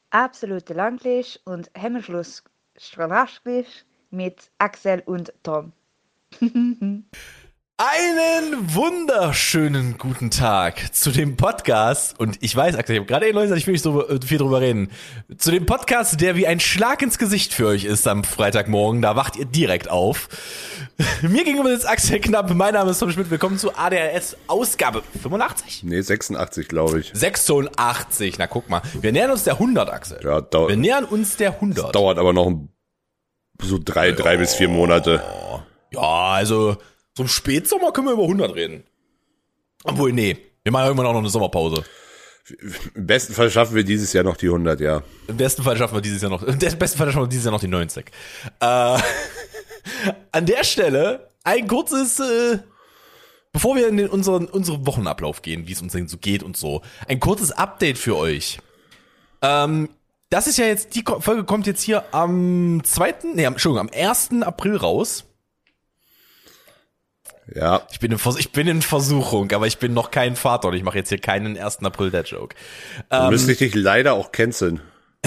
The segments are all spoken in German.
Absolute Langlisch und Hemmschluss Strahlaschglisch mit Axel und Tom. Einen wunderschönen guten Tag zu dem Podcast. Und ich weiß, Axel, ich habe gerade eben gesagt, ich will nicht so viel drüber reden. Zu dem Podcast, der wie ein Schlag ins Gesicht für euch ist am Freitagmorgen. Da wacht ihr direkt auf. Mir gegenüber sitzt Axel Knapp. Mein Name ist Tom Schmidt. Willkommen zu ADHS Ausgabe 85? Nee, 86, glaube ich. 86. Na, guck mal. Wir nähern uns der 100, Axel. Ja, Wir nähern uns der 100. dauert aber noch so drei bis 4 Monate. Ja, also so im Spätsommer können wir über 100 reden. Obwohl, nee. Wir machen irgendwann auch noch eine Sommerpause. Im besten Fall schaffen wir dieses Jahr noch die 100, ja. Im besten Fall schaffen wir dieses Jahr noch, die 90. An der Stelle ein kurzes, bevor wir in unseren Wochenablauf gehen, wie es uns denn so geht und so, ein kurzes Update für euch. Das ist ja jetzt, die Folge kommt jetzt hier am 1. April raus. Ja. Ich bin in Versuchung, aber ich bin noch kein Vater und ich mache jetzt hier keinen 1. April Dad Joke. Müsste ich dich leider auch canceln.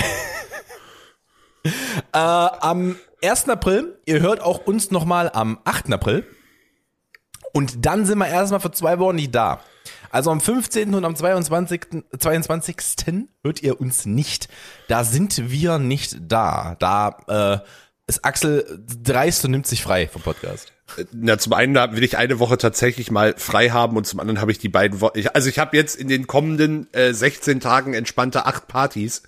Am 1. April, ihr hört auch uns nochmal am 8. April. Und dann sind wir erstmal für 2 Wochen nicht da. Also am 15. und am 22. hört ihr uns nicht. Da sind wir nicht da. Da ist Axel dreist und nimmt sich frei vom Podcast. Na, zum einen will ich eine Woche tatsächlich mal frei haben und zum anderen habe ich die beiden Wochen. Ich habe jetzt in den kommenden 16 Tagen entspannte 8 Partys.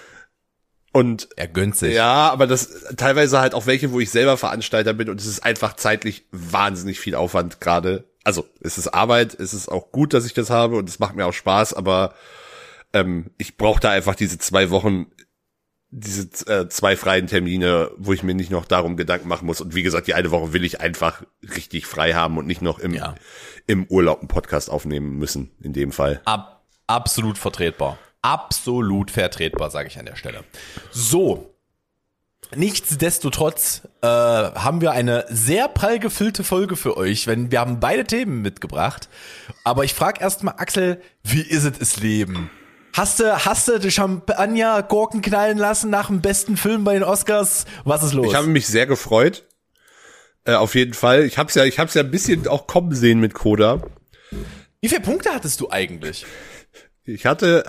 Und er gönnt sich. Ja, aber das teilweise halt auch welche, wo ich selber Veranstalter bin und es ist einfach zeitlich wahnsinnig viel Aufwand gerade. Also es ist Arbeit, es ist auch gut, dass ich das habe und es macht mir auch Spaß, aber ich brauche da einfach diese 2 Wochen, diese 2 freien Termine, wo ich mir nicht noch darum Gedanken machen muss. Und wie gesagt, die eine Woche will ich einfach richtig frei haben und nicht noch im Urlaub einen Podcast aufnehmen müssen, in dem Fall. Absolut vertretbar. Absolut vertretbar, sage ich an der Stelle. So, nichtsdestotrotz haben wir eine sehr prall gefüllte Folge für euch, wir haben beide Themen mitgebracht. Aber ich frage erstmal, Axel, wie ist es das Leben? Hast du die Champagner-Gurken knallen lassen nach dem besten Film bei den Oscars? Was ist los? Ich habe mich sehr gefreut. Auf jeden Fall. Ich hab's ja ein bisschen auch kommen sehen mit Coda. Wie viele Punkte hattest du eigentlich? Ich hatte,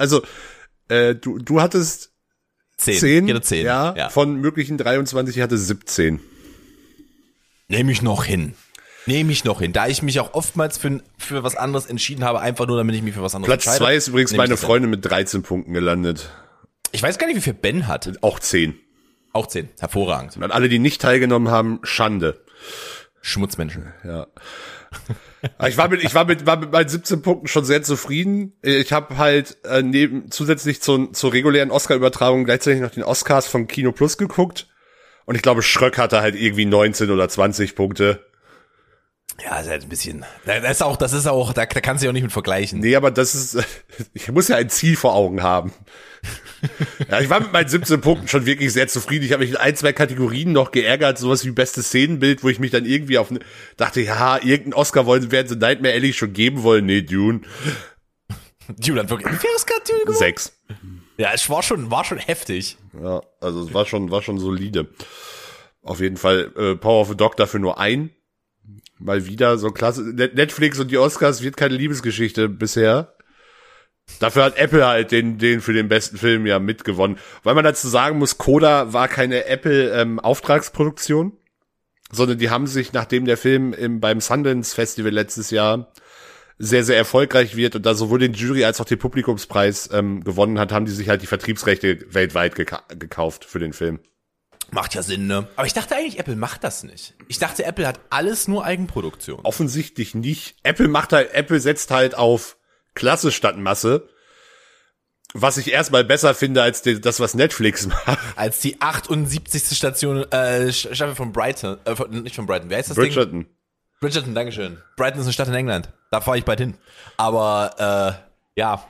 du hattest 10. Ich hatte 10. Ja, von möglichen 23, ich hatte 17. Nehme ich noch hin. Da ich mich auch oftmals für was anderes entschieden habe, einfach nur, damit ich mich für was anderes entscheide. Platz 2 ist übrigens meine Freundin mit 13 Punkten gelandet. Ich weiß gar nicht, wie viel Ben hat. Auch 10. Auch 10. Hervorragend. Und alle, die nicht teilgenommen haben, Schande. Schmutzmenschen. Ja. Ich war mit meinen 17 Punkten schon sehr zufrieden. Ich habe halt zusätzlich zur regulären Oscar-Übertragung gleichzeitig noch den Oscars von Kino Plus geguckt. Und ich glaube, Schröck hatte halt irgendwie 19 oder 20 Punkte. Ja, ist halt ein bisschen. Das ist auch, da kannst du ja auch nicht mit vergleichen. Nee, aber ich muss ja ein Ziel vor Augen haben. Ja, ich war mit meinen 17 Punkten schon wirklich sehr zufrieden. Ich habe mich in 1, 2 Kategorien noch geärgert, sowas wie bestes Szenenbild, wo ich mich dann irgendwie dachte, ja, irgendeinen Oscar werden sie Nightmare Alley schon geben wollen. Nee, Dune. Dune hat wirklich, wie viel Oscar hat Dune gewonnen? 6. Ja, es war schon heftig. Ja, also es war schon solide. Auf jeden Fall, Power of the Dog dafür nur ein. Mal wieder so klasse. Netflix und die Oscars wird keine Liebesgeschichte bisher. Dafür hat Apple halt den für den besten Film ja mitgewonnen. Weil man dazu sagen muss, Coda war keine Apple Auftragsproduktion, sondern die haben sich, nachdem der Film beim Sundance Festival letztes Jahr sehr, sehr erfolgreich wird und da sowohl den Jury als auch den Publikumspreis gewonnen hat, haben die sich halt die Vertriebsrechte weltweit gekauft für den Film. Macht ja Sinn, ne? Aber ich dachte eigentlich, Apple macht das nicht. Ich dachte, Apple hat alles nur Eigenproduktion. Offensichtlich nicht. Apple setzt halt auf Klasse statt Masse. Was ich erstmal besser finde als das, was Netflix macht. Als die 78. Staffel von Brighton, nicht von Brighton, wie heißt das Bridgerton. Ding? Bridgerton, dankeschön. Brighton ist eine Stadt in England. Da fahre ich bald hin. Aber, ja.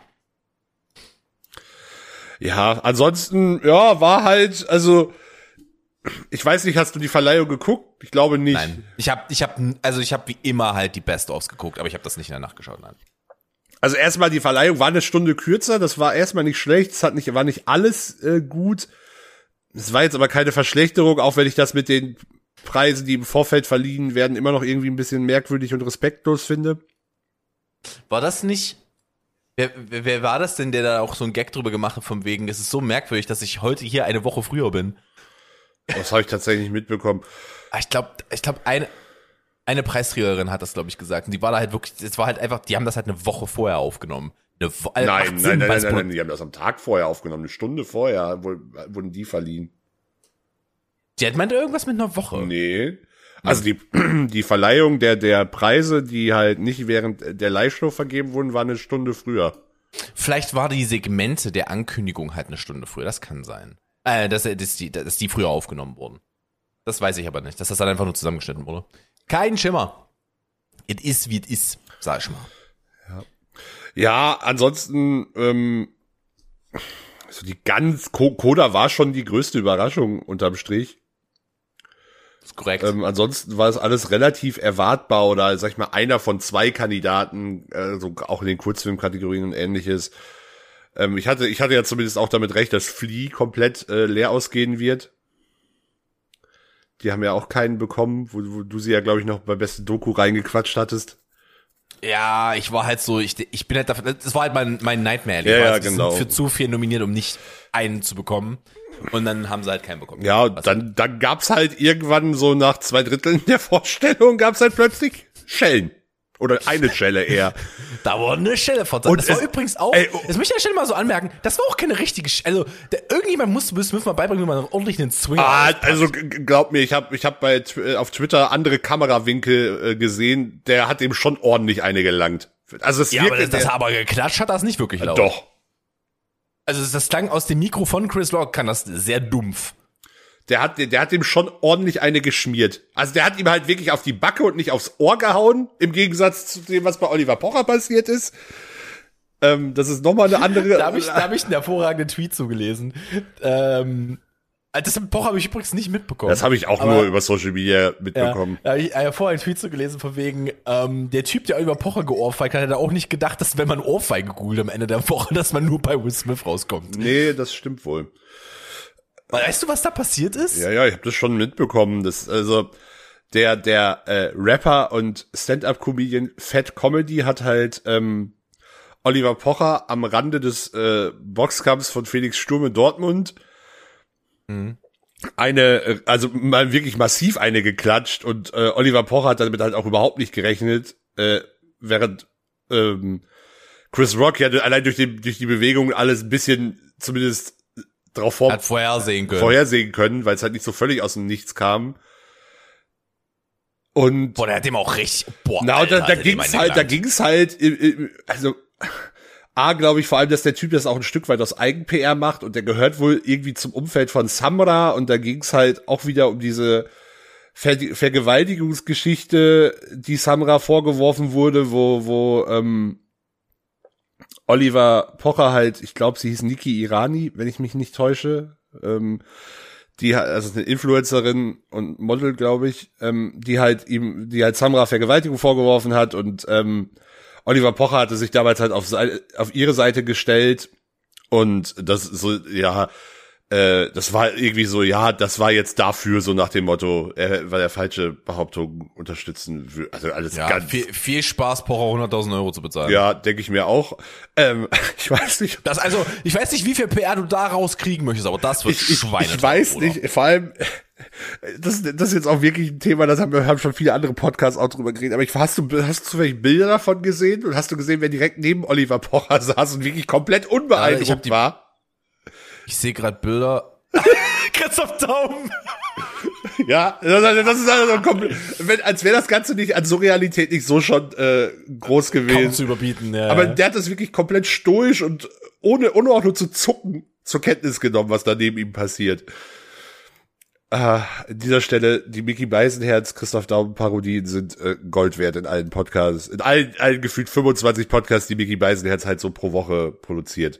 Ja, ansonsten, ja, war halt, also, ich weiß nicht, hast du die Verleihung geguckt? Ich glaube nicht. Nein. Ich hab wie immer halt die Best-ofs geguckt, aber ich habe das nicht in der Nacht geschaut, nein. Also erstmal die Verleihung war eine Stunde kürzer, das war erstmal nicht schlecht, war nicht alles gut. Es war jetzt aber keine Verschlechterung, auch wenn ich das mit den Preisen, die im Vorfeld verliehen werden, immer noch irgendwie ein bisschen merkwürdig und respektlos finde. War das nicht... Wer war das denn, der da auch so einen Gag drüber gemacht hat, von wegen, es ist so merkwürdig, dass ich heute hier eine Woche früher bin? Das habe ich tatsächlich nicht mitbekommen. Ich glaube, eine Preisträgerin hat das, glaube ich, gesagt. Und die war da halt wirklich, es war halt einfach, die haben das halt eine Woche vorher aufgenommen. Nein, die haben das am Tag vorher aufgenommen, eine Stunde vorher wurden die verliehen. Die hat meinte irgendwas mit einer Woche. Nee. Also die Verleihung der Preise, die halt nicht während der Live-Show vergeben wurden, war eine Stunde früher. Vielleicht war die Segmente der Ankündigung halt eine Stunde früher, das kann sein. Dass die früher aufgenommen wurden. Das weiß ich aber nicht, dass das dann einfach nur zusammengeschnitten wurde. Kein Schimmer. It is, wie it is, sag ich mal. Ja, ansonsten, so Coda war schon die größte Überraschung unterm Strich. Das ist korrekt. Ansonsten war es alles relativ erwartbar oder, sag ich mal, einer von 2 Kandidaten, so auch in den Kurzfilmkategorien und ähnliches. Ich hatte ja zumindest auch damit recht, dass Flea komplett leer ausgehen wird. Die haben ja auch keinen bekommen, wo du sie ja, glaube ich, noch bei beste Doku reingequatscht hattest. Ja, ich war halt so, ich bin halt dafür, das war halt mein Nightmare. Ja, genau. Sind für zu viel nominiert, um nicht einen zu bekommen. Und dann haben sie halt keinen bekommen. Ja, dann gab's halt irgendwann so nach 2/3 der Vorstellung gab's halt plötzlich Schellen. Oder eine Schelle eher. Da wurde eine Schelle verteilt. Das war übrigens auch, das möchte ich an der Stelle mal so anmerken, das war auch keine richtige Schelle. Also, irgendjemand müssen mal beibringen, wie man ordentlich einen Swinger also glaub mir, ich hab auf Twitter andere Kamerawinkel gesehen, der hat ihm schon ordentlich eine gelangt. Also es ja, aber das aber geklatscht hat das nicht wirklich laut. Doch. Also das klang aus dem Mikro von Chris Rock, kann das sehr dumpf. Der hat ihm schon ordentlich eine geschmiert. Also der hat ihm halt wirklich auf die Backe und nicht aufs Ohr gehauen, im Gegensatz zu dem, was bei Oliver Pocher passiert ist. Das ist nochmal eine andere... da hab ich einen hervorragenden Tweet zugelesen. Das Pocher habe ich übrigens nicht mitbekommen. Das habe ich auch nur über Social Media mitbekommen. Ja, da habe ich vorher einen Tweet zugelesen, von wegen, der Typ, der Oliver Pocher geohrfeigt hat, hat auch nicht gedacht, dass wenn man Ohrfeige googelt am Ende der Woche, dass man nur bei Will Smith rauskommt. Nee, das stimmt wohl. Weißt du, was da passiert ist? Ja, ich habe das schon mitbekommen. Also der Rapper und Stand-Up-Comedian Fat Comedy hat halt Oliver Pocher am Rande des Boxkampfs von Felix Sturm in Dortmund also mal wirklich massiv eine geklatscht und Oliver Pocher hat damit halt auch überhaupt nicht gerechnet, während Chris Rock ja allein durch die Bewegung alles ein bisschen zumindest drauf hat vorhersehen können, weil es halt nicht so völlig aus dem Nichts kam. Und der hat dem auch richtig, da ging's halt, also glaube ich vor allem, dass der Typ das auch ein Stück weit aus Eigen-PR macht und der gehört wohl irgendwie zum Umfeld von Samra und da ging's halt auch wieder um diese Vergewaltigungsgeschichte, die Samra vorgeworfen wurde, wo Oliver Pocher halt, ich glaube, sie hieß Niki Irani, wenn ich mich nicht täusche, die also eine Influencerin und Model, glaube ich, die halt Samra Vergewaltigung vorgeworfen hat und Oliver Pocher hatte sich damals halt auf ihre Seite gestellt und das so, das war irgendwie so, das war jetzt dafür, so nach dem Motto, weil er falsche Behauptungen unterstützen will. Also alles ganz... Viel Spaß, Pocher 100.000 Euro zu bezahlen. Ja, denke ich mir auch. Ich weiß nicht. Ich weiß nicht, wie viel PR du da rauskriegen möchtest, aber das wird Schweine. Ich weiß nicht, vor allem, das ist jetzt auch wirklich ein Thema, das haben schon viele andere Podcasts auch drüber geredet, aber hast du zufällig Bilder davon gesehen und hast du gesehen, wer direkt neben Oliver Pocher saß und wirklich komplett unbeeindruckt war? Ich sehe gerade Bilder. Christoph Daum. Ja, das ist also komplett, als wäre das Ganze nicht an Surrealität nicht so schon groß gewesen. Kaum zu überbieten, ja. Aber der hat das wirklich komplett stoisch und ohne auch nur zu zucken zur Kenntnis genommen, was da neben ihm passiert. An dieser Stelle, die Mickey Beisenherz, Christoph Daum Parodien sind Gold wert in allen Podcasts, in allen gefühlt 25 Podcasts, die Mickey Beisenherz halt so pro Woche produziert.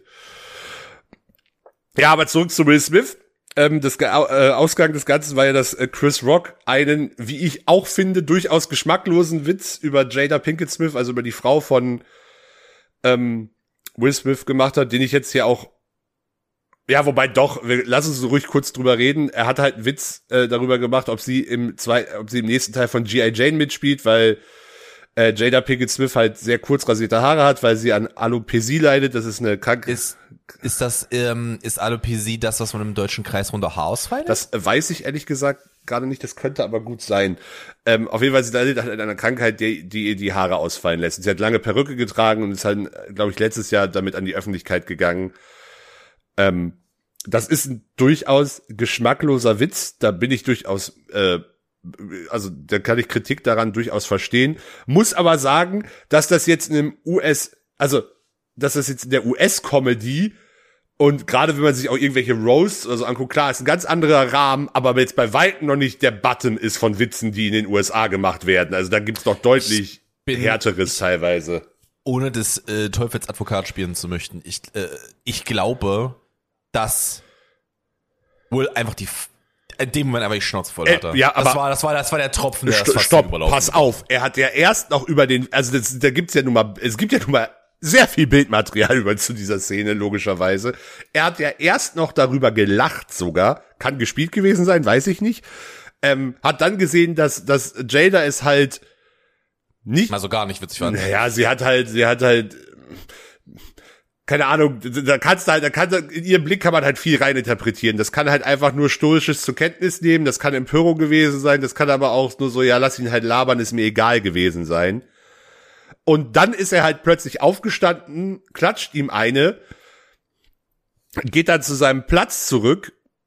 Ja, aber zurück zu Will Smith. Ausgang des Ganzen war ja, dass Chris Rock einen, wie ich auch finde, durchaus geschmacklosen Witz über Jada Pinkett Smith, also über die Frau von Will Smith gemacht hat, den ich jetzt hier auch, ja, wobei doch, lass uns so ruhig kurz drüber reden. Er hat halt einen Witz darüber gemacht, ob sie im nächsten Teil von G.I. Jane mitspielt, weil Jada Pinkett Smith halt sehr kurz rasierte Haare hat, weil sie an Alopecia leidet. Das ist eine Krankheit. Ist Alopecia das, was man im deutschen Kreis runter Haarausfall Das weiß ich ehrlich gesagt gerade nicht, das könnte aber gut sein. Auf jeden Fall, sie leidet halt an einer Krankheit, die Haare ausfallen lässt. Und sie hat lange Perücke getragen und ist halt, glaube ich, letztes Jahr damit an die Öffentlichkeit gegangen. Das ist ein durchaus geschmackloser Witz. Da bin ich durchaus, also da kann ich Kritik daran durchaus verstehen. Muss aber sagen, dass das jetzt in der US-Comedy und gerade wenn man sich auch irgendwelche Roasts oder so anguckt, klar, ist ein ganz anderer Rahmen, aber jetzt bei weitem noch nicht der Button ist von Witzen, die in den USA gemacht werden. Also da gibt's doch deutlich härteres teilweise. Ohne des Teufelsadvokat spielen zu möchten. Ich glaube, dass wohl einfach in dem Moment einfach die Schnauze voll hatte. Ja, aber das war der Tropfen, der das fast Stopp, überlaufen pass ist. auf. Er hat ja erst noch über es gibt ja nun mal sehr viel Bildmaterial zu dieser Szene, logischerweise. Er hat ja erst noch darüber gelacht sogar. Kann gespielt gewesen sein, weiß ich nicht. Hat dann gesehen, dass Jada es halt nicht. Also gar nicht witzig fand. Naja, sie hat halt, keine Ahnung, in ihrem Blick kann man halt viel reininterpretieren. Das kann halt einfach nur Stoisches zur Kenntnis nehmen, das kann Empörung gewesen sein, das kann aber auch nur so, ja, lass ihn halt labern, ist mir egal gewesen sein. Und dann ist er halt plötzlich aufgestanden, klatscht ihm eine, geht dann zu seinem Platz zurück,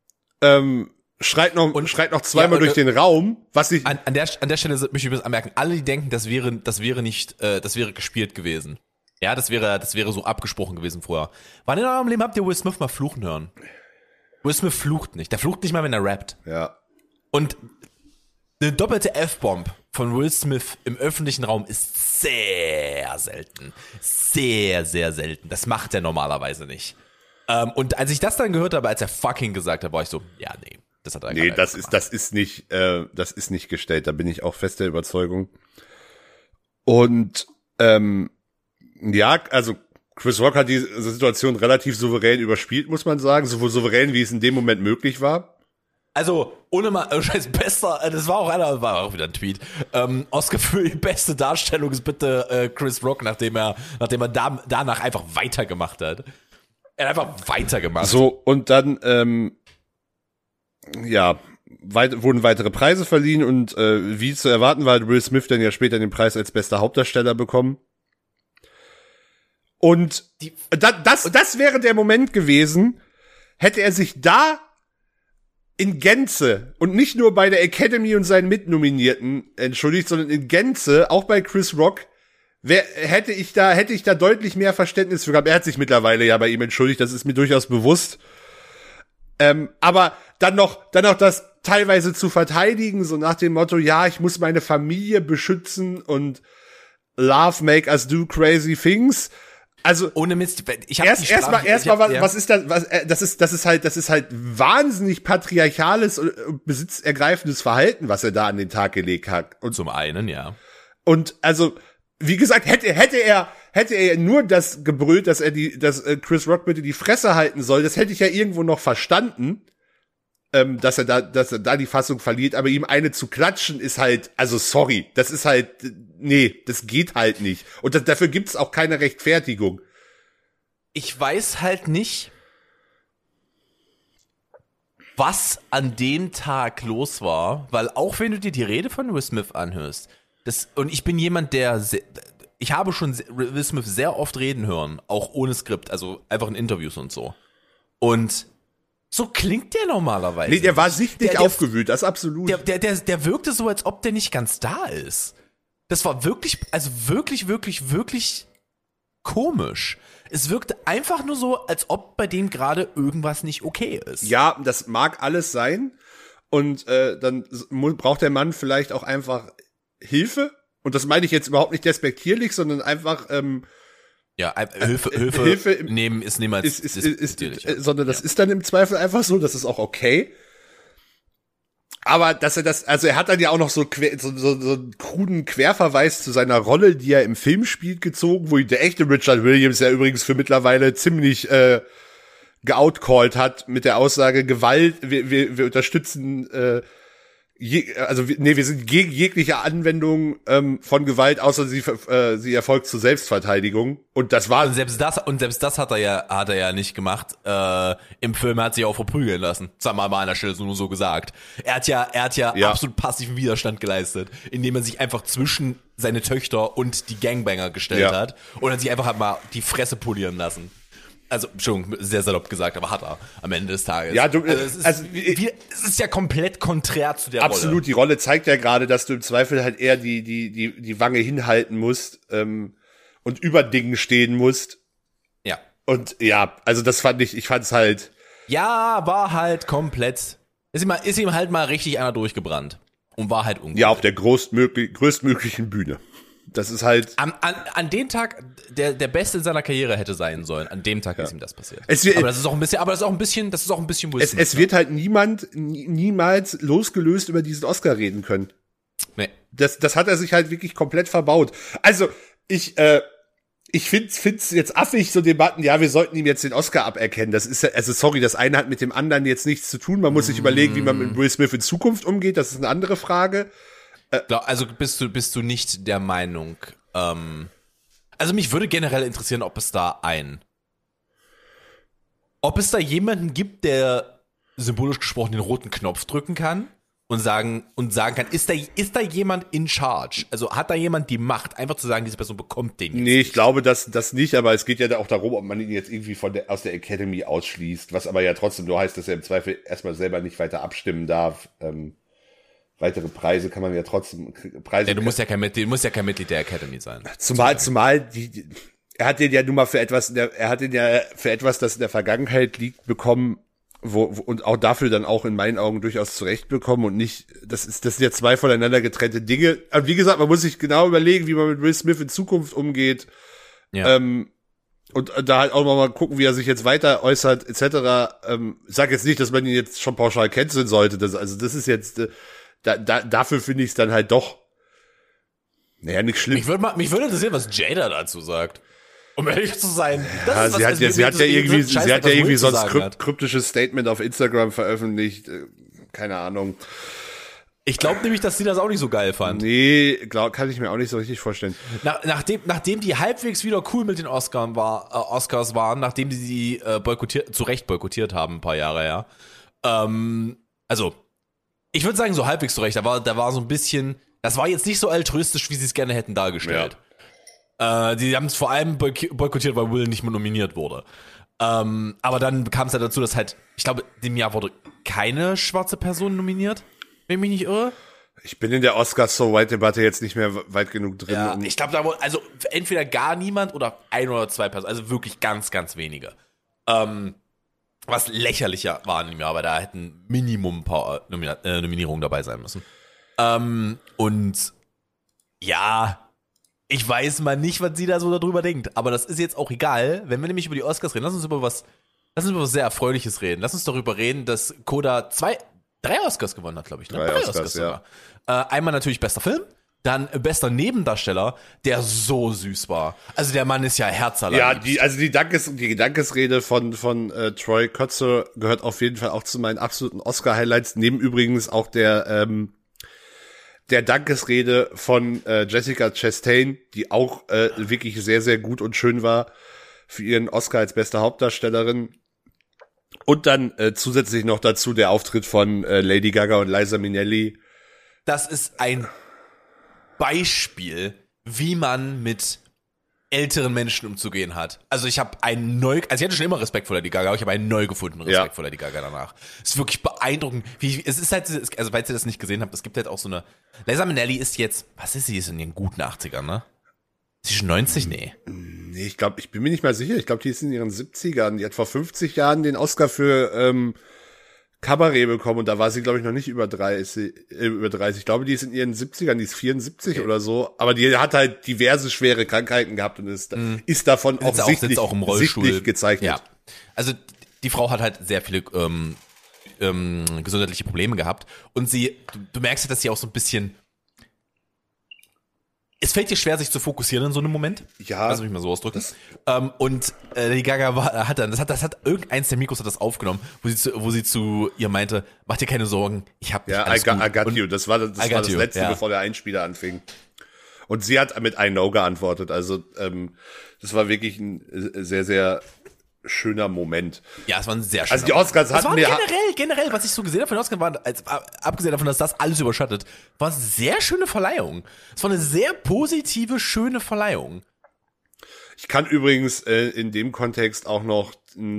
schreit noch zweimal durch den Raum, was ich an der Stelle möchte ich übrigens anmerken, alle, die denken, das wäre gespielt gewesen. Ja, das wäre so abgesprochen gewesen vorher. Wann in eurem Leben habt ihr Will Smith mal fluchen hören? Will Smith flucht nicht. Der flucht nicht mal, wenn er rappt. ja. Und eine doppelte F-Bomb von Will Smith im öffentlichen Raum ist sehr selten. Sehr, sehr selten. Das macht er normalerweise nicht. Und als ich das dann gehört habe, als er fucking gesagt hat, war ich so, ja, nee. Das hat er Nee, das ist nicht gestellt. Da bin ich auch fest der Überzeugung. Und, ja, also Chris Rock hat die Situation relativ souverän überspielt, muss man sagen. So souverän, wie es in dem Moment möglich war. Also, ohne mal, scheiß bester, das war auch wieder ein Tweet. Oscar für die beste Darstellung ist bitte Chris Rock, nachdem er danach einfach weitergemacht hat. Er hat einfach weitergemacht. So, und dann, wurden weitere Preise verliehen und wie zu erwarten war, hat Will Smith dann ja später den Preis als bester Hauptdarsteller bekommen. Und das wäre der Moment gewesen, hätte er sich da in Gänze und nicht nur bei der Academy und seinen Mitnominierten entschuldigt, sondern in Gänze, auch bei Chris Rock, hätte ich da deutlich mehr Verständnis für gehabt. Er hat sich mittlerweile ja bei ihm entschuldigt, das ist mir durchaus bewusst. Aber dann noch das teilweise zu verteidigen, so nach dem Motto, ja, ich muss meine Familie beschützen und Love make us do crazy things. Also ohne Mist, ich habe erstmal was ist das? Das ist halt wahnsinnig patriarchales und besitzergreifendes Verhalten, was er da an den Tag gelegt hat. Und zum einen, ja. Und also, wie gesagt, hätte er nur das gebrüllt, dass Chris Rock bitte die Fresse halten soll, das hätte ich ja irgendwo noch verstanden, dass er da die Fassung verliert, aber ihm eine zu klatschen ist halt, also sorry, das ist halt, nee, das geht halt nicht. Und dafür gibt's auch keine Rechtfertigung. Ich weiß halt nicht, was an dem Tag los war, weil auch wenn du dir die Rede von Will Smith anhörst, und ich bin jemand, ich habe schon Will Smith sehr oft reden hören, auch ohne Skript, also einfach in Interviews und so. Und so klingt der normalerweise. Nee, der war sichtlich aufgewühlt, das absolut. Der wirkte so, als ob der nicht ganz da ist. Das war wirklich, also wirklich, wirklich, wirklich komisch. Es wirkte einfach nur so, als ob bei dem gerade irgendwas nicht okay ist. Ja, das mag alles sein. Und dann braucht der Mann vielleicht auch einfach Hilfe. Und das meine ich jetzt überhaupt nicht despektierlich, sondern einfach Hilfe nehmen ist niemals sondern das ist dann im Zweifel einfach so, das ist auch okay. Aber dass er hat dann ja auch noch so einen kruden Querverweis zu seiner Rolle, die er im Film spielt, gezogen, wo ihn der echte Richard Williams ja übrigens für mittlerweile ziemlich geoutcallt hat mit der Aussage, Gewalt, wir unterstützen, wir sind gegen jegliche Anwendung von Gewalt, außer sie erfolgt zur Selbstverteidigung. Und das war Und selbst das hat er ja nicht gemacht. Im Film hat sich auch verprügeln lassen. Sagen wir mal an der Stelle nur so gesagt. Er hat ja absolut passiven Widerstand geleistet, indem er sich einfach zwischen seine Töchter und die Gangbanger gestellt hat und hat sich einfach mal die Fresse polieren lassen. Also, Entschuldigung, sehr salopp gesagt, aber hat er am Ende des Tages. Ja, es ist ja komplett konträr zu der Rolle. Absolut, die Rolle zeigt ja gerade, dass du im Zweifel halt eher die Wange hinhalten musst und über Dingen stehen musst. Ja. Und ja, also das ich fand's halt. Ja, war halt komplett. Ist ihm halt mal richtig einer durchgebrannt. Und war halt ungut. Ja, auf der größtmöglichen Bühne. Das ist halt. An dem Tag, der Beste in seiner Karriere hätte sein sollen, an dem Tag ist ihm das passiert. Aber das ist auch ein bisschen Wisdom. Es wird halt niemals losgelöst über diesen Oscar reden können. Nee. Das hat er sich halt wirklich komplett verbaut. Also, ich find's jetzt affig, so Debatten, ja, wir sollten ihm jetzt den Oscar aberkennen. Das ist ja, also sorry, das eine hat mit dem anderen jetzt nichts zu tun. Man muss sich überlegen, wie man mit Will Smith in Zukunft umgeht. Das ist eine andere Frage. Also bist du nicht der Meinung, also mich würde generell interessieren, ob es da jemanden gibt, der symbolisch gesprochen den roten Knopf drücken kann und sagen kann, ist da jemand in charge? Also hat da jemand die Macht, einfach zu sagen, diese Person bekommt den jetzt Nee, ich glaube, das nicht, aber es geht ja auch darum, ob man ihn jetzt irgendwie aus der Academy ausschließt, was aber ja trotzdem nur heißt, dass er im Zweifel erstmal selber nicht weiter abstimmen darf. Weitere Preise kann man ja trotzdem du musst ja kein Mitglied der Academy sein. Zumal er hat den ja nun mal für etwas, das in der Vergangenheit liegt, bekommen, und auch dafür dann auch in meinen Augen durchaus zurecht bekommen und nicht, das sind ja zwei voneinander getrennte Dinge. Aber wie gesagt, man muss sich genau überlegen, wie man mit Will Smith in Zukunft umgeht. Ja. Und da halt auch mal gucken, wie er sich jetzt weiter äußert, etc. Sag jetzt nicht, dass man ihn jetzt schon pauschal canceln sollte. Das ist jetzt, dafür finde ich es dann halt doch, naja, nicht schlimm. Mich würde interessieren, was Jada dazu sagt. Um ehrlich zu sein. Sie hat ja irgendwie so ein kryptisches Statement auf Instagram veröffentlicht. Keine Ahnung. Ich glaube nämlich, dass sie das auch nicht so geil fand. Nee, kann ich mir auch nicht so richtig vorstellen. Nachdem die halbwegs wieder cool mit den Oscars waren, nachdem die sie zu Recht boykottiert haben, ein paar Jahre her. Also, ich würde sagen, so halbwegs zu Recht. Da war so ein bisschen, das war jetzt nicht so altruistisch, wie sie es gerne hätten dargestellt. Ja. Die haben es vor allem boykottiert, weil Will nicht mehr nominiert wurde. Aber dann kam es ja dazu, dass halt, ich glaube, dem Jahr wurde keine schwarze Person nominiert. Wenn ich mich nicht irre. Ich bin in der Oscars-So-White-Debatte jetzt nicht mehr weit genug drin. Ja, ich glaube, da wurde, also entweder gar niemand oder ein oder zwei Personen, also wirklich ganz, ganz wenige. Was lächerlicher war in dem Jahr, aber da hätten Minimum ein paar Nominierungen dabei sein müssen. Und ja, ich weiß mal nicht, was sie da so darüber denkt, aber das ist jetzt auch egal. Wenn wir nämlich über die Oscars reden, lass uns über was sehr Erfreuliches reden. Lass uns darüber reden, dass Coda 3 Oscars gewonnen hat, glaube ich. Ne? 3 Oscars sogar. Einmal natürlich bester Film, dann bester Nebendarsteller, der so süß war. Also der Mann ist ja herzallerliebst. Ja, die Dankesrede von Troy Kotsur gehört auf jeden Fall auch zu meinen absoluten Oscar-Highlights. Neben übrigens auch der Dankesrede von Jessica Chastain, die auch wirklich sehr, sehr gut und schön war für ihren Oscar als beste Hauptdarstellerin. Und dann zusätzlich noch dazu der Auftritt von Lady Gaga und Liza Minnelli. Das ist ein Beispiel, wie man mit älteren Menschen umzugehen hat. Also ich hatte schon immer Respekt vor Lady Gaga, aber ich habe einen neu gefundenen Respekt vor Lady Gaga danach. Es ist wirklich beeindruckend. Es ist halt, also falls ihr das nicht gesehen habt, es gibt halt auch so eine, Liza Minnelli ist jetzt, was ist sie, ist in den guten 80ern, ne? Ist sie schon 90? Nee. Nee, ich bin mir nicht mal sicher. Ich glaube, die ist in ihren 70ern. Die hat vor 50 Jahren den Oscar für Cabaret bekommen und da war sie, glaube ich, noch nicht über 30. Ich glaube, die ist in ihren 70ern, die ist 74 oder so. Aber die hat halt diverse schwere Krankheiten gehabt und ist davon auch sichtlich gezeichnet. Ja. Also die Frau hat halt sehr viele gesundheitliche Probleme gehabt. Und du merkst ja, dass sie auch so ein bisschen. Es fällt dir schwer, sich zu fokussieren in so einem Moment. Ja. Lass mich mal so ausdrücken. Und Lady Gaga das hat irgendeins der Mikros hat das aufgenommen, wo sie zu ihr meinte, mach dir keine Sorgen, ich hab dich, Ja, alles I gut. got you. Das war das Letzte, ja. bevor der Einspieler anfing. Und sie hat mit I know geantwortet. Also, das war wirklich ein sehr, sehr schöner Moment. Ja, es war ein sehr schöner Also die Oscars Das hatten war generell, was ich so gesehen habe von den Oscars, war, abgesehen davon, dass das alles überschattet, war es eine sehr schöne Verleihung. Es war eine sehr positive, schöne Verleihung. Ich kann übrigens in dem Kontext auch noch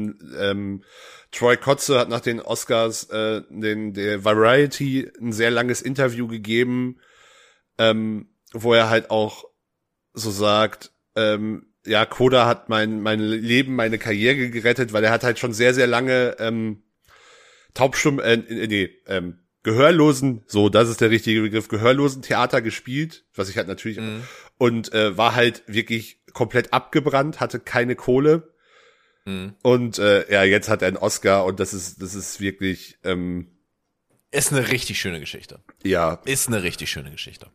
Troy Kotze hat nach den Oscars der Variety ein sehr langes Interview gegeben, wo er halt auch so sagt, ja, Coda hat mein Leben, meine Karriere gerettet, weil er hat halt schon sehr, sehr lange Gehörlosen, so, das ist der richtige Begriff, Gehörlosen Theater gespielt, was ich halt natürlich, und war halt wirklich komplett abgebrannt, hatte keine Kohle. Und ja, jetzt hat er einen Oscar und das ist wirklich Ist eine richtig schöne Geschichte. ja. Ist eine richtig schöne Geschichte.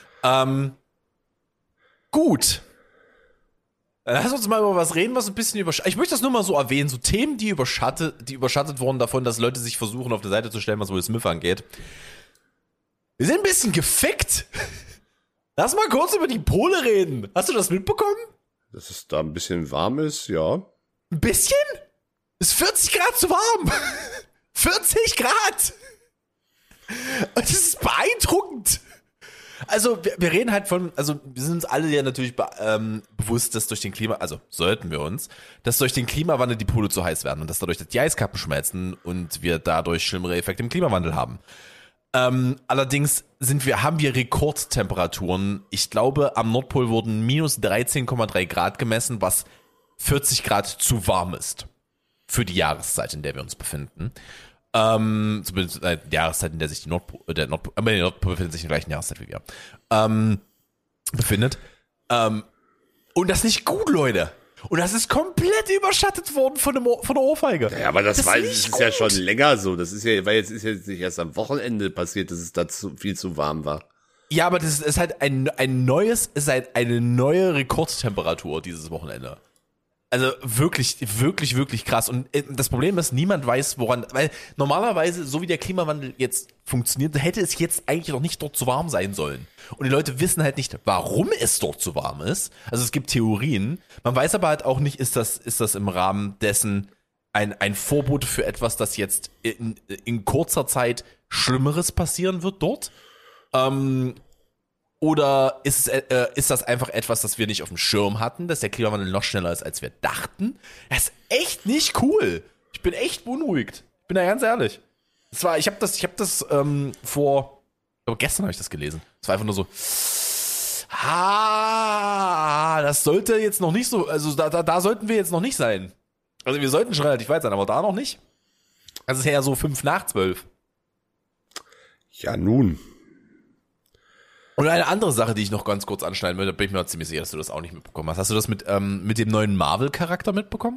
Gut. Dann lass uns mal über was reden, was ein bisschen überschattet. Ich möchte das nur mal so erwähnen, so Themen, die überschattet wurden davon, dass Leute sich versuchen, auf eine Seite zu stellen, was Will Smith angeht. Wir sind ein bisschen gefickt. Lass mal kurz über die Pole reden. Hast du das mitbekommen? Dass es da ein bisschen warm ist, ja. Ein bisschen? Ist 40 Grad zu warm. 40 Grad. Und das ist beeindruckend. Also, wir reden halt wir sind uns alle ja natürlich bewusst, dass durch den dass durch den Klimawandel die Pole zu heiß werden und dass dadurch die Eiskappen schmelzen und wir dadurch schlimmere Effekte im Klimawandel haben. Allerdings haben wir Rekordtemperaturen. Ich glaube, am Nordpol wurden minus 13,3 Grad gemessen, was 40 Grad zu warm ist. Für die Jahreszeit, in der wir uns befinden. Zumindest die Jahreszeit, in der sich der Nordpol befindet sich in der gleichen Jahreszeit wie wir, befindet. Und das ist nicht gut, Leute. Und das ist komplett überschattet worden von der Ohrfeige. Ja, aber das ist ist ja schon länger so. Das ist ja, weil jetzt ist jetzt nicht erst am Wochenende passiert, dass es da viel zu warm war. Ja, aber das ist halt eine neue Rekordtemperatur dieses Wochenende. Also wirklich, wirklich, wirklich krass. Und das Problem ist, niemand weiß, weil normalerweise, so wie der Klimawandel jetzt funktioniert, hätte es jetzt eigentlich noch nicht dort so warm sein sollen. Und die Leute wissen halt nicht, warum es dort so warm ist. Also es gibt Theorien. Man weiß aber halt auch nicht, ist das im Rahmen dessen ein Vorbote für etwas, das jetzt in kurzer Zeit Schlimmeres passieren wird dort? Oder ist das einfach etwas, das wir nicht auf dem Schirm hatten, dass der Klimawandel noch schneller ist, als wir dachten? Das ist echt nicht cool. Ich bin echt beunruhigt. Ich bin da ganz ehrlich. Ich habe das gestern habe ich das gelesen. Es war einfach nur so, das sollte jetzt noch nicht so, also da sollten wir jetzt noch nicht sein. Also wir sollten schon relativ weit sein, aber da noch nicht. Das ist ja so 5:12. Ja, nun. Und eine andere Sache, die ich noch ganz kurz anschneiden will, da bin ich mir ziemlich sicher, dass du das auch nicht mitbekommen hast. Hast du das mit dem neuen Marvel-Charakter mitbekommen?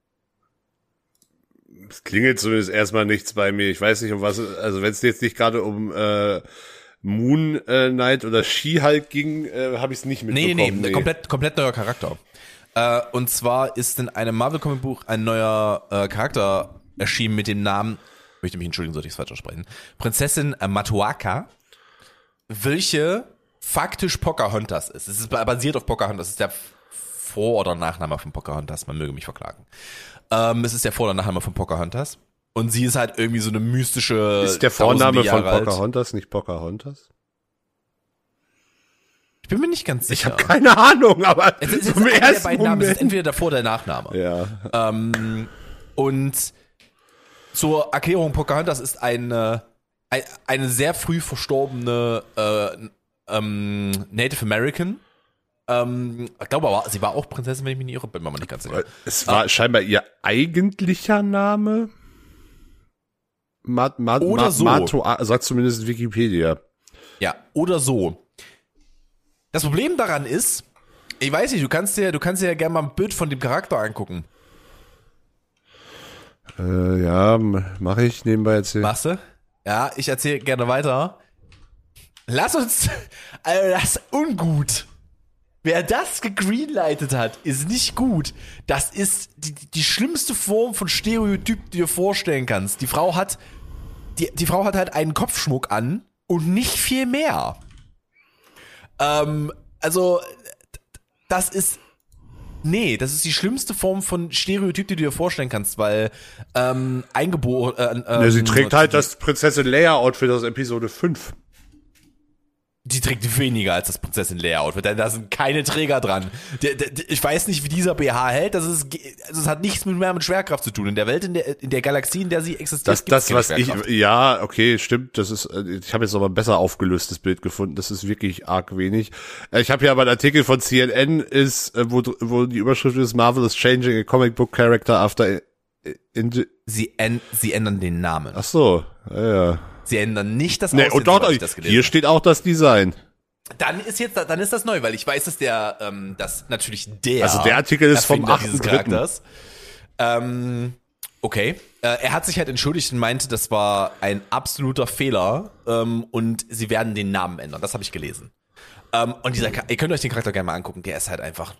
Es klingelt zumindest erstmal nichts bei mir. Ich weiß nicht, um was, also wenn es jetzt nicht gerade um Moon Knight oder She-Hulk ging, habe ich es nicht mitbekommen. Nee. Komplett neuer Charakter. Und zwar ist in einem Marvel-Comic-Buch ein neuer Charakter erschienen mit dem Namen, ich möchte mich entschuldigen, sollte ich es falsch aussprechen, Prinzessin Matuaka, welche faktisch Pocahontas ist. Es ist basiert auf Pocahontas. Es ist der Vor- oder Nachname von Pocahontas. Man möge mich verklagen. Es ist der Vor- oder Nachname von Pocahontas. Und sie ist halt irgendwie so eine mystische. Ist der Vorname von Pocahontas nicht Pocahontas? Ich bin mir nicht ganz sicher. Ich habe keine Ahnung, aber es ist einer der beiden Namen. Es ist entweder der Vor- oder der Nachname. Ja. Und zur Erklärung, Pocahontas ist eine sehr früh verstorbene Native American. Ich glaube, sie war auch Prinzessin, wenn ich mich nicht irre, bin mir mal nicht ganz sicher. Es war scheinbar ihr eigentlicher Name. Oder so. Sagt zumindest Wikipedia. Ja, oder so. Das Problem daran ist, ich weiß nicht, du kannst dir ja gerne mal ein Bild von dem Charakter angucken. Ja, mache ich nebenbei erzählen. Machst du? Ja, ich erzähle gerne weiter. Lass uns, also das ist ungut. Wer das gegreenlightet hat, ist nicht gut. Das ist die schlimmste Form von Stereotyp, die du dir vorstellen kannst. Die Frau hat halt einen Kopfschmuck an und nicht viel mehr. Also, das ist die schlimmste Form von Stereotyp, die du dir vorstellen kannst, weil eingeboren. Sie trägt halt das Prinzessin Leia-Outfit aus Episode 5. Die trägt weniger als das Prinzessin Leia-Outfit, denn da sind keine Träger dran. Ich weiß nicht, wie dieser BH hält. Es hat nichts mehr mit Schwerkraft zu tun. In der Welt, in der Galaxie, in der sie existiert, Das was ja, okay, stimmt. Ich habe jetzt aber ein besser aufgelöstes Bild gefunden. Das ist wirklich arg wenig. Ich habe hier aber einen Artikel von CNN, wo die Überschrift ist: Marvel is changing a comic book character after. Sie ändern den Namen. Ach so, ja. Sie ändern nicht das Aussehen, Und doch, ich das gelesen hier steht auch das Design. Dann ist das neu, weil ich weiß, dass dass natürlich Also der Artikel ist vom Erfinder dieses 8.3. Charakters. Okay. Er hat sich halt entschuldigt und meinte, das war ein absoluter Fehler und sie werden den Namen ändern. Das habe ich gelesen. Und ihr könnt euch den Charakter gerne mal angucken. Der ist halt einfach.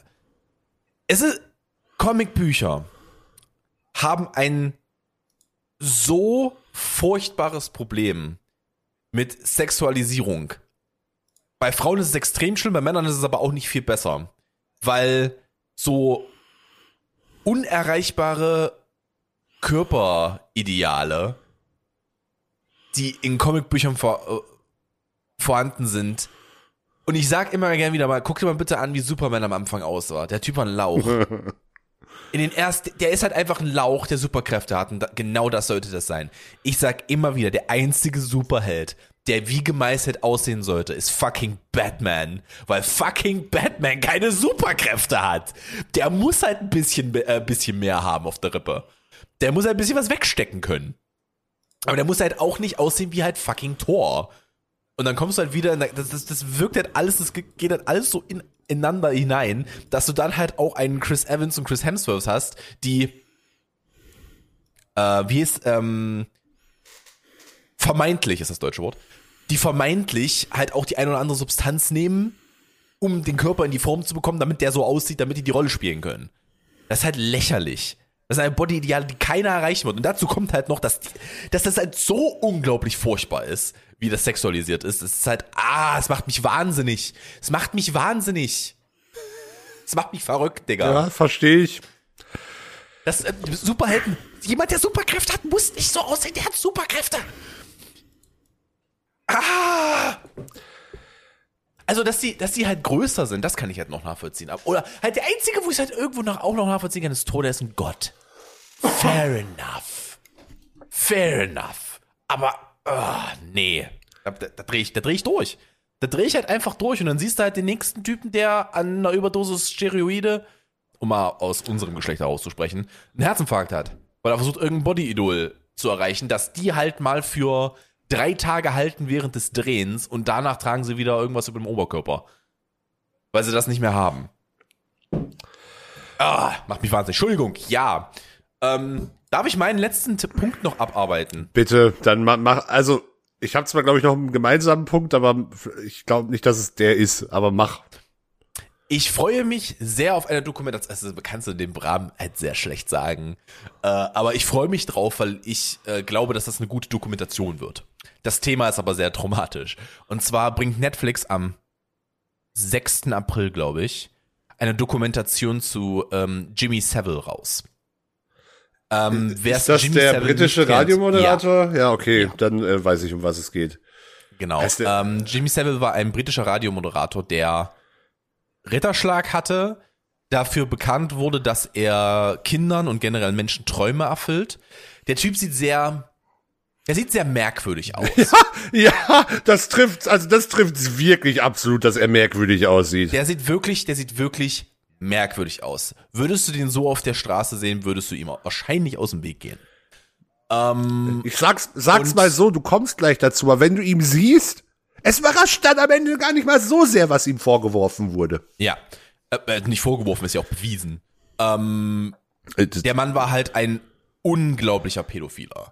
Comicbücher haben ein so furchtbares Problem mit Sexualisierung. Bei Frauen ist es extrem schlimm, bei Männern ist es aber auch nicht viel besser. Weil so unerreichbare Körperideale, die in Comicbüchern vorhanden sind. Und ich sag immer gerne wieder mal, guck dir mal bitte an, wie Superman am Anfang aussah. Der Typ war ein Lauch. Der ist halt einfach ein Lauch, der Superkräfte hat und genau das sollte das sein. Ich sag immer wieder, der einzige Superheld, der wie gemeißelt aussehen sollte, ist fucking Batman. Weil fucking Batman keine Superkräfte hat. Der muss halt ein bisschen mehr haben auf der Rippe. Der muss halt ein bisschen was wegstecken können. Aber der muss halt auch nicht aussehen wie halt fucking Thor. Und dann kommst du halt wieder, das wirkt halt alles, das geht halt alles so ineinander hinein, dass du dann halt auch einen Chris Evans und Chris Hemsworth hast, die vermeintlich ist das deutsche Wort, die vermeintlich halt auch die eine oder andere Substanz nehmen, um den Körper in die Form zu bekommen, damit der so aussieht, damit die die Rolle spielen können. Das ist halt lächerlich. Das ist eine Body-Ideale, die keiner erreichen wird. Und dazu kommt halt noch, dass das halt so unglaublich furchtbar ist, wie das sexualisiert ist. Es ist halt, es macht mich wahnsinnig. Es macht mich wahnsinnig. Es macht mich verrückt, Digga. Ja, verstehe ich. Das Superhelden, jemand, der Superkräfte hat, muss nicht so aussehen, der hat Superkräfte. Also, dass die halt größer sind, das kann ich halt noch nachvollziehen. Oder halt der einzige, wo ich halt irgendwo auch noch nachvollziehen kann, ist Thor, der ist ein Gott. Fair enough. Aber, nee. Da dreh ich durch. Da dreh ich halt einfach durch und dann siehst du halt den nächsten Typen, der an einer Überdosis Steroide, um mal aus unserem Geschlecht herauszusprechen, einen Herzinfarkt hat. Weil er versucht, irgendein Body-Idol zu erreichen, dass die halt mal für 3 Tage halten während des Drehens und danach tragen sie wieder irgendwas über dem Oberkörper. Weil sie das nicht mehr haben. Macht mich wahnsinnig. Entschuldigung, ja. Darf ich meinen letzten Punkt noch abarbeiten? Bitte, dann mach, also, ich habe zwar, glaube ich, noch einen gemeinsamen Punkt, aber ich glaube nicht, dass es der ist, aber mach. Ich freue mich sehr auf eine Dokumentation. Also kannst du den Rahmen halt sehr schlecht sagen. Aber ich freue mich drauf, weil ich glaube, dass das eine gute Dokumentation wird. Das Thema ist aber sehr traumatisch. Und zwar bringt Netflix am 6. April, glaube ich, eine Dokumentation zu Jimmy Savile raus. Ist das Jimmy der Savile britische Radiomoderator? Ja, okay, ja. Dann weiß ich, um was es geht. Genau. Jimmy Savile war ein britischer Radiomoderator, der Ritterschlag hatte, dafür bekannt wurde, dass er Kindern und generell Menschen Träume erfüllt. Der Typ sieht sehr merkwürdig aus. Ja, das trifft wirklich absolut, dass er merkwürdig aussieht. Der sieht wirklich merkwürdig aus. Würdest du den so auf der Straße sehen, würdest du ihm wahrscheinlich aus dem Weg gehen. Ich sag's mal so, du kommst gleich dazu, aber wenn du ihn siehst, es überrascht dann am Ende gar nicht mal so sehr, was ihm vorgeworfen wurde. Ja, nicht vorgeworfen, ist ja auch bewiesen. Der Mann war halt ein unglaublicher Pädophiler.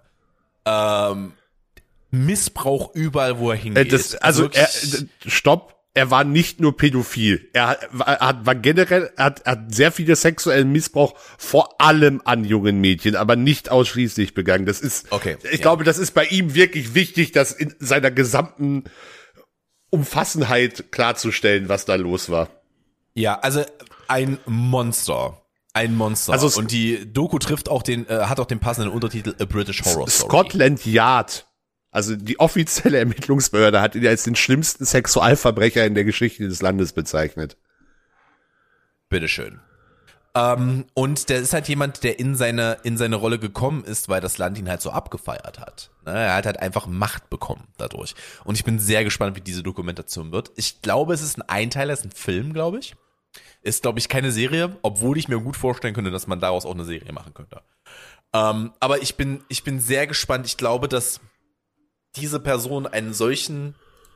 Missbrauch überall, wo er hingeht. Stopp. Er war nicht nur pädophil. Er hat sehr viele sexuellen Missbrauch vor allem an jungen Mädchen, aber nicht ausschließlich begangen. Das ist, ich glaube, das ist bei ihm wirklich wichtig, das in seiner gesamten Umfassenheit klarzustellen, was da los war. Ja, also ein Monster. Ein Monster. Also und die Doku trifft auch hat auch den passenden Untertitel A British Horror Story. Scotland Yard, also die offizielle Ermittlungsbehörde, hat ihn als den schlimmsten Sexualverbrecher in der Geschichte des Landes bezeichnet. Bitteschön. Und der ist halt jemand, der in seine Rolle gekommen ist, weil das Land ihn halt so abgefeiert hat. Er hat halt einfach Macht bekommen dadurch. Und ich bin sehr gespannt, wie diese Dokumentation wird. Ich glaube, es ist ein Einteiler, es ist ein Film, glaube ich. Ist, glaube ich, keine Serie, obwohl ich mir gut vorstellen könnte, dass man daraus auch eine Serie machen könnte. Aber ich bin sehr gespannt. Ich glaube, dass diese Person einen solchen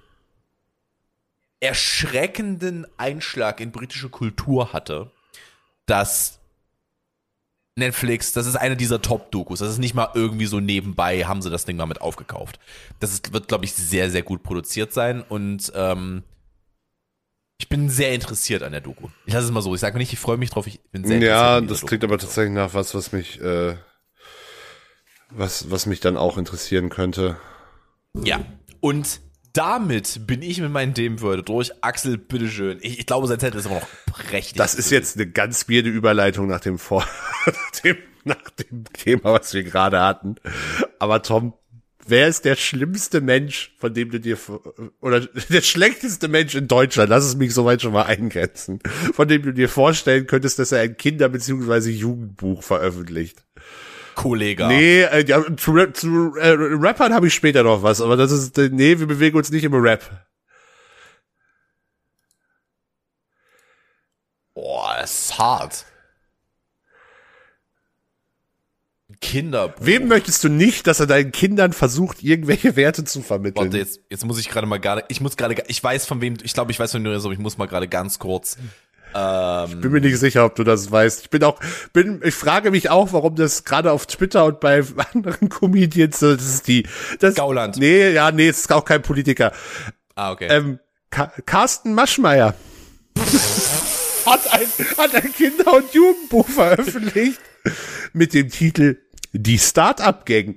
erschreckenden Einschlag in britische Kultur hatte, dass Netflix, das ist eine dieser Top-Dokus, das ist nicht mal irgendwie so nebenbei, haben sie das Ding mal mit aufgekauft. Wird, glaube ich, sehr, sehr gut produziert sein und ich bin sehr interessiert an der Doku. Ich lasse es mal so, ich sage nicht, ich freue mich drauf, ich bin sehr interessiert. Ja, das klingt aber tatsächlich nach was mich was mich dann auch interessieren könnte. Ja, und damit bin ich mit meinen Themenwörtern durch. Axel, bitteschön. Ich glaube, sein Zettel ist immer noch prächtig. Das ist jetzt eine ganz weirde Überleitung nach dem Thema, was wir gerade hatten. Aber Tom, wer ist der schlimmste Mensch, von dem du dir, oder der schlechteste Mensch in Deutschland, lass es mich soweit schon mal eingrenzen, von dem du dir vorstellen könntest, dass er ein Kinder- bzw. Jugendbuch veröffentlicht? Kollege. Nee, zu Rappern habe ich später noch was, aber wir bewegen uns nicht im Rap. Boah, das ist hart. Kinderbuch. Wem möchtest du nicht, dass er deinen Kindern versucht, irgendwelche Werte zu vermitteln? Warte, jetzt muss ich gerade mal ich weiß von wem, ich glaube, ich weiß von wem, aber ich muss mal gerade ganz kurz. Ich bin mir nicht sicher, ob du das weißt. Ich frage mich auch, warum das gerade auf Twitter und bei anderen Comedians, das Gauland. Nee, es ist auch kein Politiker. Ah, okay. Carsten Maschmeyer hat ein Kinder- und Jugendbuch veröffentlicht mit dem Titel Die Start-up-Gang.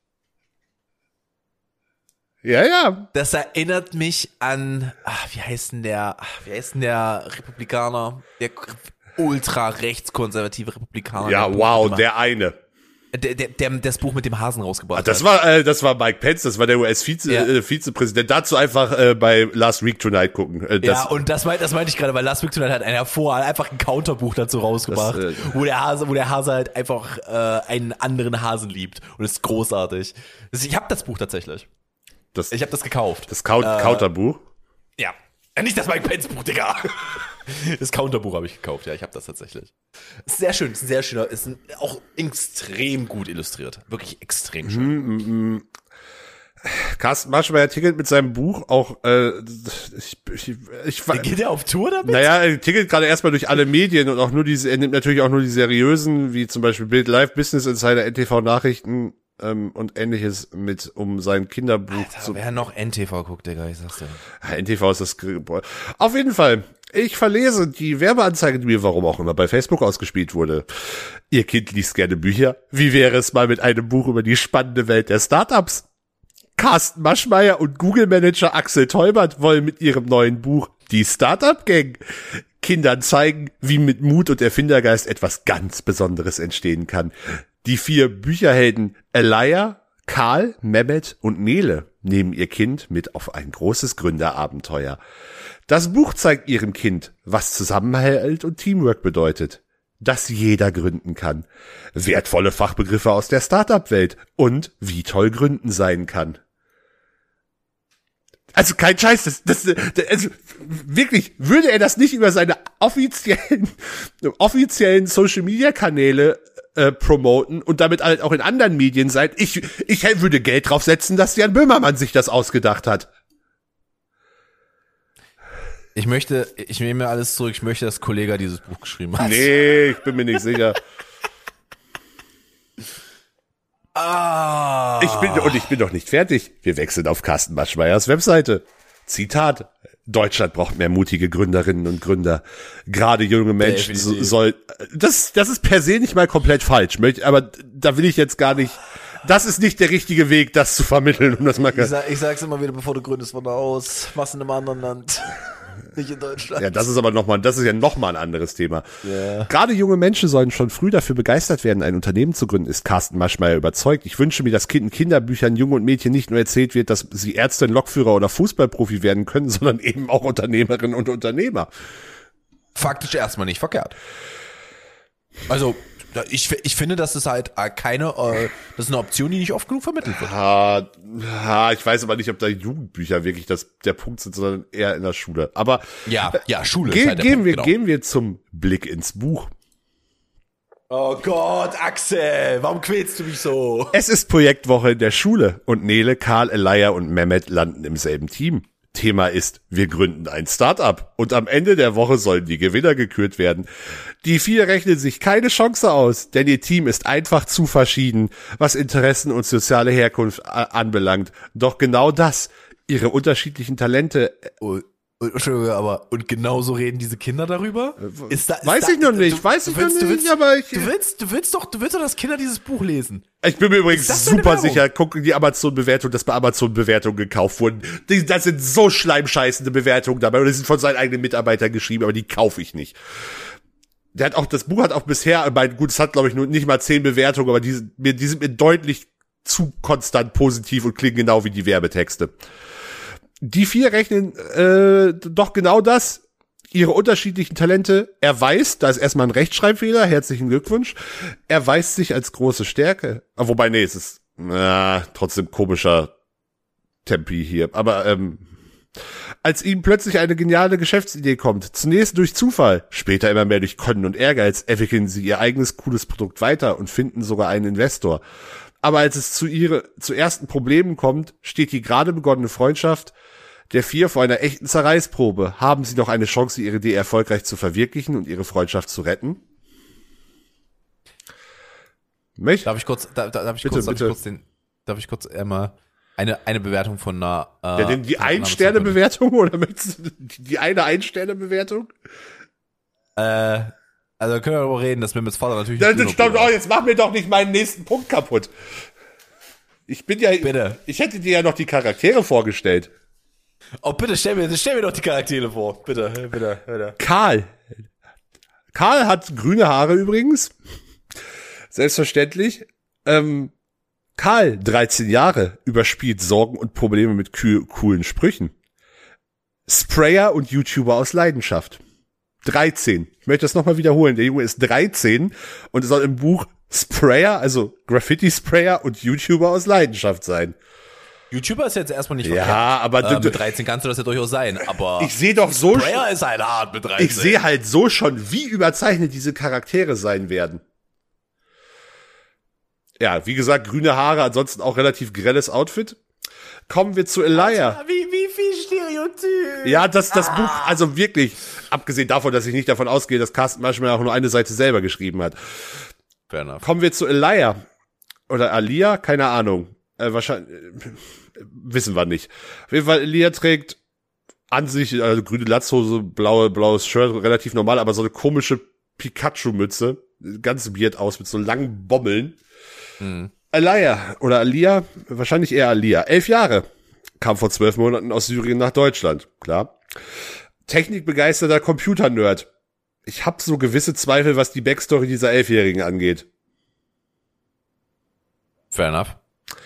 Ja. Das erinnert mich an, wie heißt denn der Republikaner? Der ultra rechtskonservative Republikaner. Ja, wow, der eine. Der das Buch mit dem Hasen rausgebracht hat. Das war Mike Pence, das war der US-Vizepräsident. Dazu einfach bei Last Week Tonight gucken. Und das meinte ich gerade, weil Last Week Tonight hat einfach ein Counterbuch dazu rausgebracht, wo der Hase halt einfach einen anderen Hasen liebt. Und das ist großartig. Ich habe das Buch tatsächlich. Ich habe das gekauft. Das Counterbuch? Ja. Nicht das Mike Pence Buch, Digga. Das Counterbuch habe ich gekauft, ja, ich habe das tatsächlich. Ist sehr schön, ist ein sehr schöner, ist auch extrem gut illustriert. Wirklich extrem schön. Carsten Maschmeyer tickelt mit seinem Buch auch, Geht der auf Tour damit? Naja, er tickelt gerade erstmal durch alle Medien und er nimmt natürlich auch nur die seriösen, wie zum Beispiel Bild Live, Business Insider, NTV Nachrichten, und ähnliches mit, um sein Kinderbuch Alter, wer noch NTV guckt, Digga, ich sag's dir. NTV ist das. Auf jeden Fall. Ich verlese die Werbeanzeige, die mir warum auch immer bei Facebook ausgespielt wurde. Ihr Kind liest gerne Bücher. Wie wäre es mal mit einem Buch über die spannende Welt der Startups? Carsten Maschmeyer und Google-Manager Axel Teubert wollen mit ihrem neuen Buch Die Startup-Gang Kindern zeigen, wie mit Mut und Erfindergeist etwas ganz Besonderes entstehen kann. Die 4 Bücherhelden Elia, Karl, Mehmet und Nele nehmen ihr Kind mit auf ein großes Gründerabenteuer. Das Buch zeigt ihrem Kind, was Zusammenhalt und Teamwork bedeutet, dass jeder gründen kann, wertvolle Fachbegriffe aus der Startup-Welt und wie toll Gründen sein kann. Also kein Scheiß, also wirklich, würde er das nicht über seine offiziellen Social-Media-Kanäle promoten und damit halt auch in anderen Medien sein, ich würde Geld drauf setzen, dass Jan Böhmermann sich das ausgedacht hat. Ich nehme mir alles zurück, ich möchte, dass Kollege dieses Buch geschrieben hat. Nee, ich bin mir nicht sicher. Ich bin noch nicht fertig. Wir wechseln auf Carsten Maschmeyers Webseite. Zitat. Deutschland braucht mehr mutige Gründerinnen und Gründer. Gerade junge Menschen das ist per se nicht mal komplett falsch, aber da will ich jetzt gar nicht, das ist nicht der richtige Weg, das zu vermitteln, um das mal. Ich sag's immer wieder, bevor du gründest, von da aus, mach's in einem anderen Land. Nicht in Deutschland. Ja, das ist ja nochmal ein anderes Thema. Yeah. Gerade junge Menschen sollen schon früh dafür begeistert werden, ein Unternehmen zu gründen, ist Carsten Maschmeyer überzeugt. Ich wünsche mir, dass in Kinderbüchern Jungen und Mädchen nicht nur erzählt wird, dass sie Ärztin, Lokführer oder Fußballprofi werden können, sondern eben auch Unternehmerinnen und Unternehmer. Faktisch erstmal nicht verkehrt. Also, ich finde, das ist halt das ist eine Option, die nicht oft genug vermittelt wird. Ich weiß aber nicht, ob da Jugendbücher wirklich der Punkt sind, sondern eher in der Schule. Aber ja, Schule ist halt der Punkt, genau. Gehen wir zum Blick ins Buch. Oh Gott, Axel, warum quälst du mich so? Es ist Projektwoche in der Schule und Nele, Karl, Elia und Mehmet landen im selben Team. Thema ist, wir gründen ein Start-up und am Ende der Woche sollen die Gewinner gekürt werden. Die 4 rechnen sich keine Chance aus, denn ihr Team ist einfach zu verschieden, was Interessen und soziale Herkunft anbelangt. Doch genau das, ihre unterschiedlichen Talente. Entschuldigung, aber und genauso reden diese Kinder darüber? Weiß ich noch nicht, Du willst doch, dass Kinder dieses Buch lesen. Ich bin mir übrigens super sicher, gucken die Amazon-Bewertung, dass bei Amazon-Bewertungen gekauft wurden. Das sind so schleimscheißende Bewertungen dabei und die sind von seinen eigenen Mitarbeitern geschrieben, aber die kaufe ich nicht. Das Buch hat auch bisher, es hat glaube ich nur nicht mal 10 Bewertungen, aber die sind mir deutlich zu konstant positiv und klingen genau wie die Werbetexte. Die 4 rechnen doch genau das, ihre unterschiedlichen Talente erweist, da ist erstmal ein Rechtschreibfehler, herzlichen Glückwunsch, erweist sich als große Stärke. Wobei, nee, es ist trotzdem komischer Tempi hier. Aber als ihnen plötzlich eine geniale Geschäftsidee kommt, zunächst durch Zufall, später immer mehr durch Können und Ehrgeiz, entwickeln sie ihr eigenes cooles Produkt weiter und finden sogar einen Investor. Aber als es zu ersten Problemen kommt, steht die gerade begonnene Freundschaft der 4 vor einer echten Zerreißprobe. Haben sie noch eine Chance, ihre Idee erfolgreich zu verwirklichen und ihre Freundschaft zu retten? Mich? Darf ich kurz einmal eine Bewertung von einer die Ein-Sterne-Bewertung oder möchtest du die eine Ein-Sterne-Bewertung? Also können wir darüber reden, dass Mehmets Vater natürlich jetzt mach mir doch nicht meinen nächsten Punkt kaputt. Bitte. Ich hätte dir ja noch die Charaktere vorgestellt. Oh, bitte, stell mir doch die Charaktere vor. Bitte. Karl hat grüne Haare übrigens. Selbstverständlich. Karl, 13 Jahre, überspielt Sorgen und Probleme mit coolen Sprüchen. Sprayer und YouTuber aus Leidenschaft. 13. Ich möchte das nochmal wiederholen. Der Junge ist 13 und es soll im Buch Sprayer, also Graffiti-Sprayer und YouTuber aus Leidenschaft sein. YouTuber ist jetzt erstmal nicht verkehrt. Ja, aber mit 13 kannst du das ja durchaus sein, aber ich sehe doch so Sprayer ist halt hart mit 13. Ich sehe halt so schon, wie überzeichnet diese Charaktere sein werden. Ja, wie gesagt, grüne Haare, ansonsten auch relativ grelles Outfit. Kommen wir zu Elia. Wie viel Stereotyp. Ja, das Buch, also wirklich, abgesehen davon, dass ich nicht davon ausgehe, dass Carsten Maschmeyer auch nur eine Seite selber geschrieben hat. Fair enough. Kommen wir zu Elia. Oder Alia, keine Ahnung. Wahrscheinlich, wissen wir nicht. Auf jeden Fall, Elia trägt an sich, grüne Latzhose, blaues Shirt, relativ normal, aber so eine komische Pikachu-Mütze. Ganz weird aus, mit so langen Bommeln. Elia, wahrscheinlich eher Alia. 11 Jahre. Kam vor 12 Monaten aus Syrien nach Deutschland. Klar. Technikbegeisterter Computer-Nerd. Ich habe so gewisse Zweifel, was die Backstory dieser 11-Jährigen angeht. Fair enough.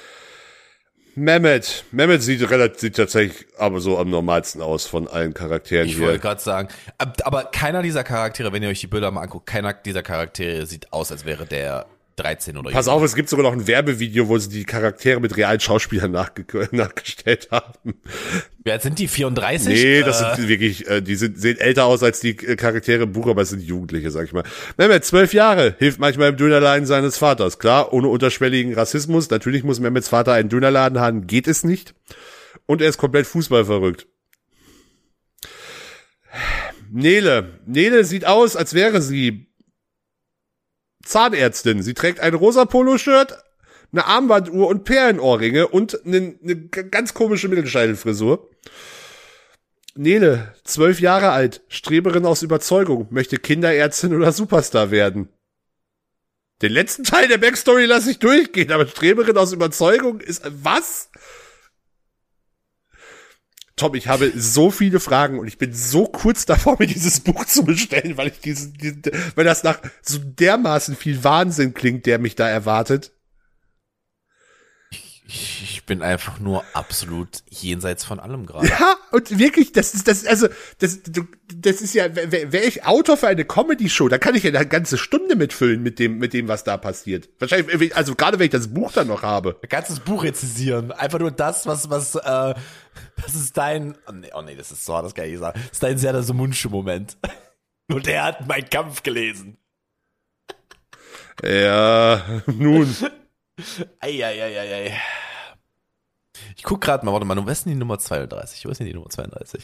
Mehmet sieht tatsächlich aber so am normalsten aus von allen Charakteren hier. Ich wollte gerade sagen, aber keiner dieser Charaktere, wenn ihr euch die Bilder mal anguckt, keiner dieser Charaktere sieht aus, als wäre der 13 oder Pass auf, es gibt sogar noch ein Werbevideo, wo sie die Charaktere mit realen Schauspielern nachgestellt haben. Wie alt sind die? 34? Nee, das sind wirklich, sehen älter aus als die Charaktere im Buch, aber es sind Jugendliche, sag ich mal. Mehmet, 12 Jahre, hilft manchmal im Dönerladen seines Vaters. Klar, ohne unterschwelligen Rassismus. Natürlich muss Mehmets Vater einen Dönerladen haben, geht es nicht. Und er ist komplett fußballverrückt. Nele sieht aus, als wäre sie Zahnärztin. Sie trägt ein rosa Poloshirt eine Armbanduhr und Perlenohrringe und eine ganz komische Mittelscheitelfrisur. Nele, 12 Jahre alt, Streberin aus Überzeugung, möchte Kinderärztin oder Superstar werden. Den letzten Teil der Backstory lasse ich durchgehen, aber Streberin aus Überzeugung ist, was? Tom, ich habe so viele Fragen und ich bin so kurz davor, mir dieses Buch zu bestellen, weil ich weil das nach so dermaßen viel Wahnsinn klingt, der mich da erwartet. Ich bin einfach nur absolut jenseits von allem gerade. Ja, und wirklich, das ist ja, wäre ich Autor für eine Comedy-Show, da kann ich ja eine ganze Stunde mitfüllen mit dem, was da passiert. Wahrscheinlich, also gerade wenn ich das Buch dann noch habe. Ein ganzes Buch rezisieren. Einfach nur das, das ist dein, oh nee, das ist so, das kann ich nicht sagen. Das ist dein sehr so Mundschuh-Moment. Nur der hat meinen Kampf gelesen. Ja, nun. Eieieiei. Ich guck gerade mal, warte mal, wo ist denn die Nummer 32? Wo ist denn die Nummer 32?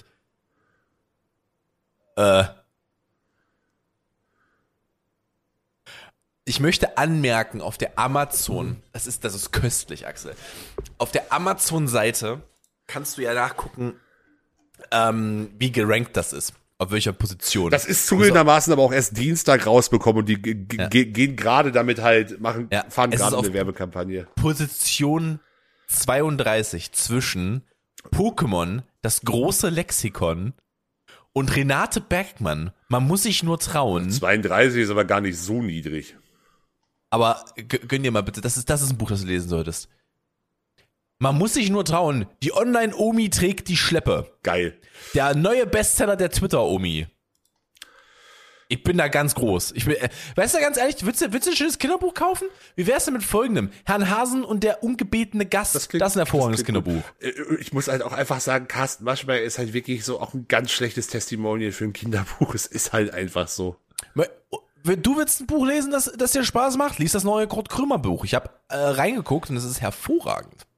Ich möchte anmerken, auf der Amazon, das ist köstlich, Axel. Auf der Amazon-Seite kannst du ja nachgucken, wie gerankt das ist. Auf welcher Position. Das ist zugegebenermaßen aber auch erst Dienstag rausbekommen und die gehen gerade damit halt, fahren gerade eine Werbekampagne. Position 32 zwischen Pokémon, das große Lexikon und Renate Bergmann. Man muss sich nur trauen. 32 ist aber gar nicht so niedrig. Aber gönn dir mal bitte, das ist ein Buch, das du lesen solltest. Man muss sich nur trauen. Die Online-Omi trägt die Schleppe. Geil. Der neue Bestseller der Twitter-Omi. Ich bin da ganz groß. Weißt du, ganz ehrlich, willst du ein schönes Kinderbuch kaufen? Wie wär's denn mit folgendem? Herrn Hasen und der ungebetene Gast. Das ist ein hervorragendes Kinderbuch. Ich muss halt auch einfach sagen, Carsten Maschmeyer ist halt wirklich so auch ein ganz schlechtes Testimonial für ein Kinderbuch. Es ist halt einfach so. Wenn du willst ein Buch lesen, das dir Spaß macht, lies das neue Kurt Krömer Buch. Ich habe reingeguckt und es ist hervorragend.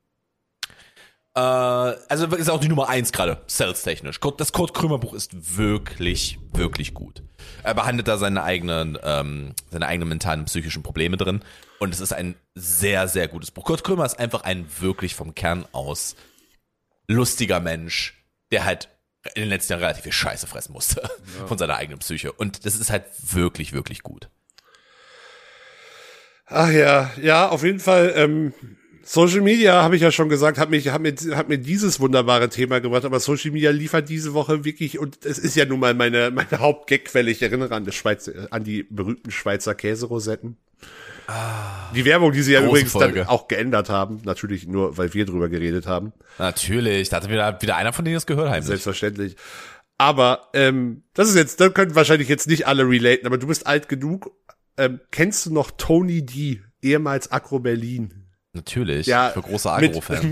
Also ist auch die Nummer 1 gerade, sales-technisch. Das Kurt Krömer Buch ist wirklich, wirklich gut. Er behandelt da seine eigenen mentalen und psychischen Probleme drin. Und es ist ein sehr, sehr gutes Buch. Kurt Krömer ist einfach ein wirklich vom Kern aus lustiger Mensch, der halt in den letzten Jahren relativ viel Scheiße fressen musste von seiner eigenen Psyche. Und das ist halt wirklich, wirklich gut. Ach ja, auf jeden Fall, Social Media, habe ich ja schon gesagt, hat mir dieses wunderbare Thema gebracht, aber Social Media liefert diese Woche wirklich, und es ist ja nun mal meine Hauptgagquelle, ich erinnere an die berühmten Schweizer Käserosetten. Die Werbung, die sie ja übrigens dann auch geändert haben, natürlich nur, weil wir drüber geredet haben. Natürlich, da hatte wieder einer von denen das gehört heimlich. Selbstverständlich. Aber, da können wahrscheinlich jetzt nicht alle relaten, aber du bist alt genug. Kennst du noch Tony D., ehemals Agro Berlin? Natürlich, ja, für große Agro-Fans.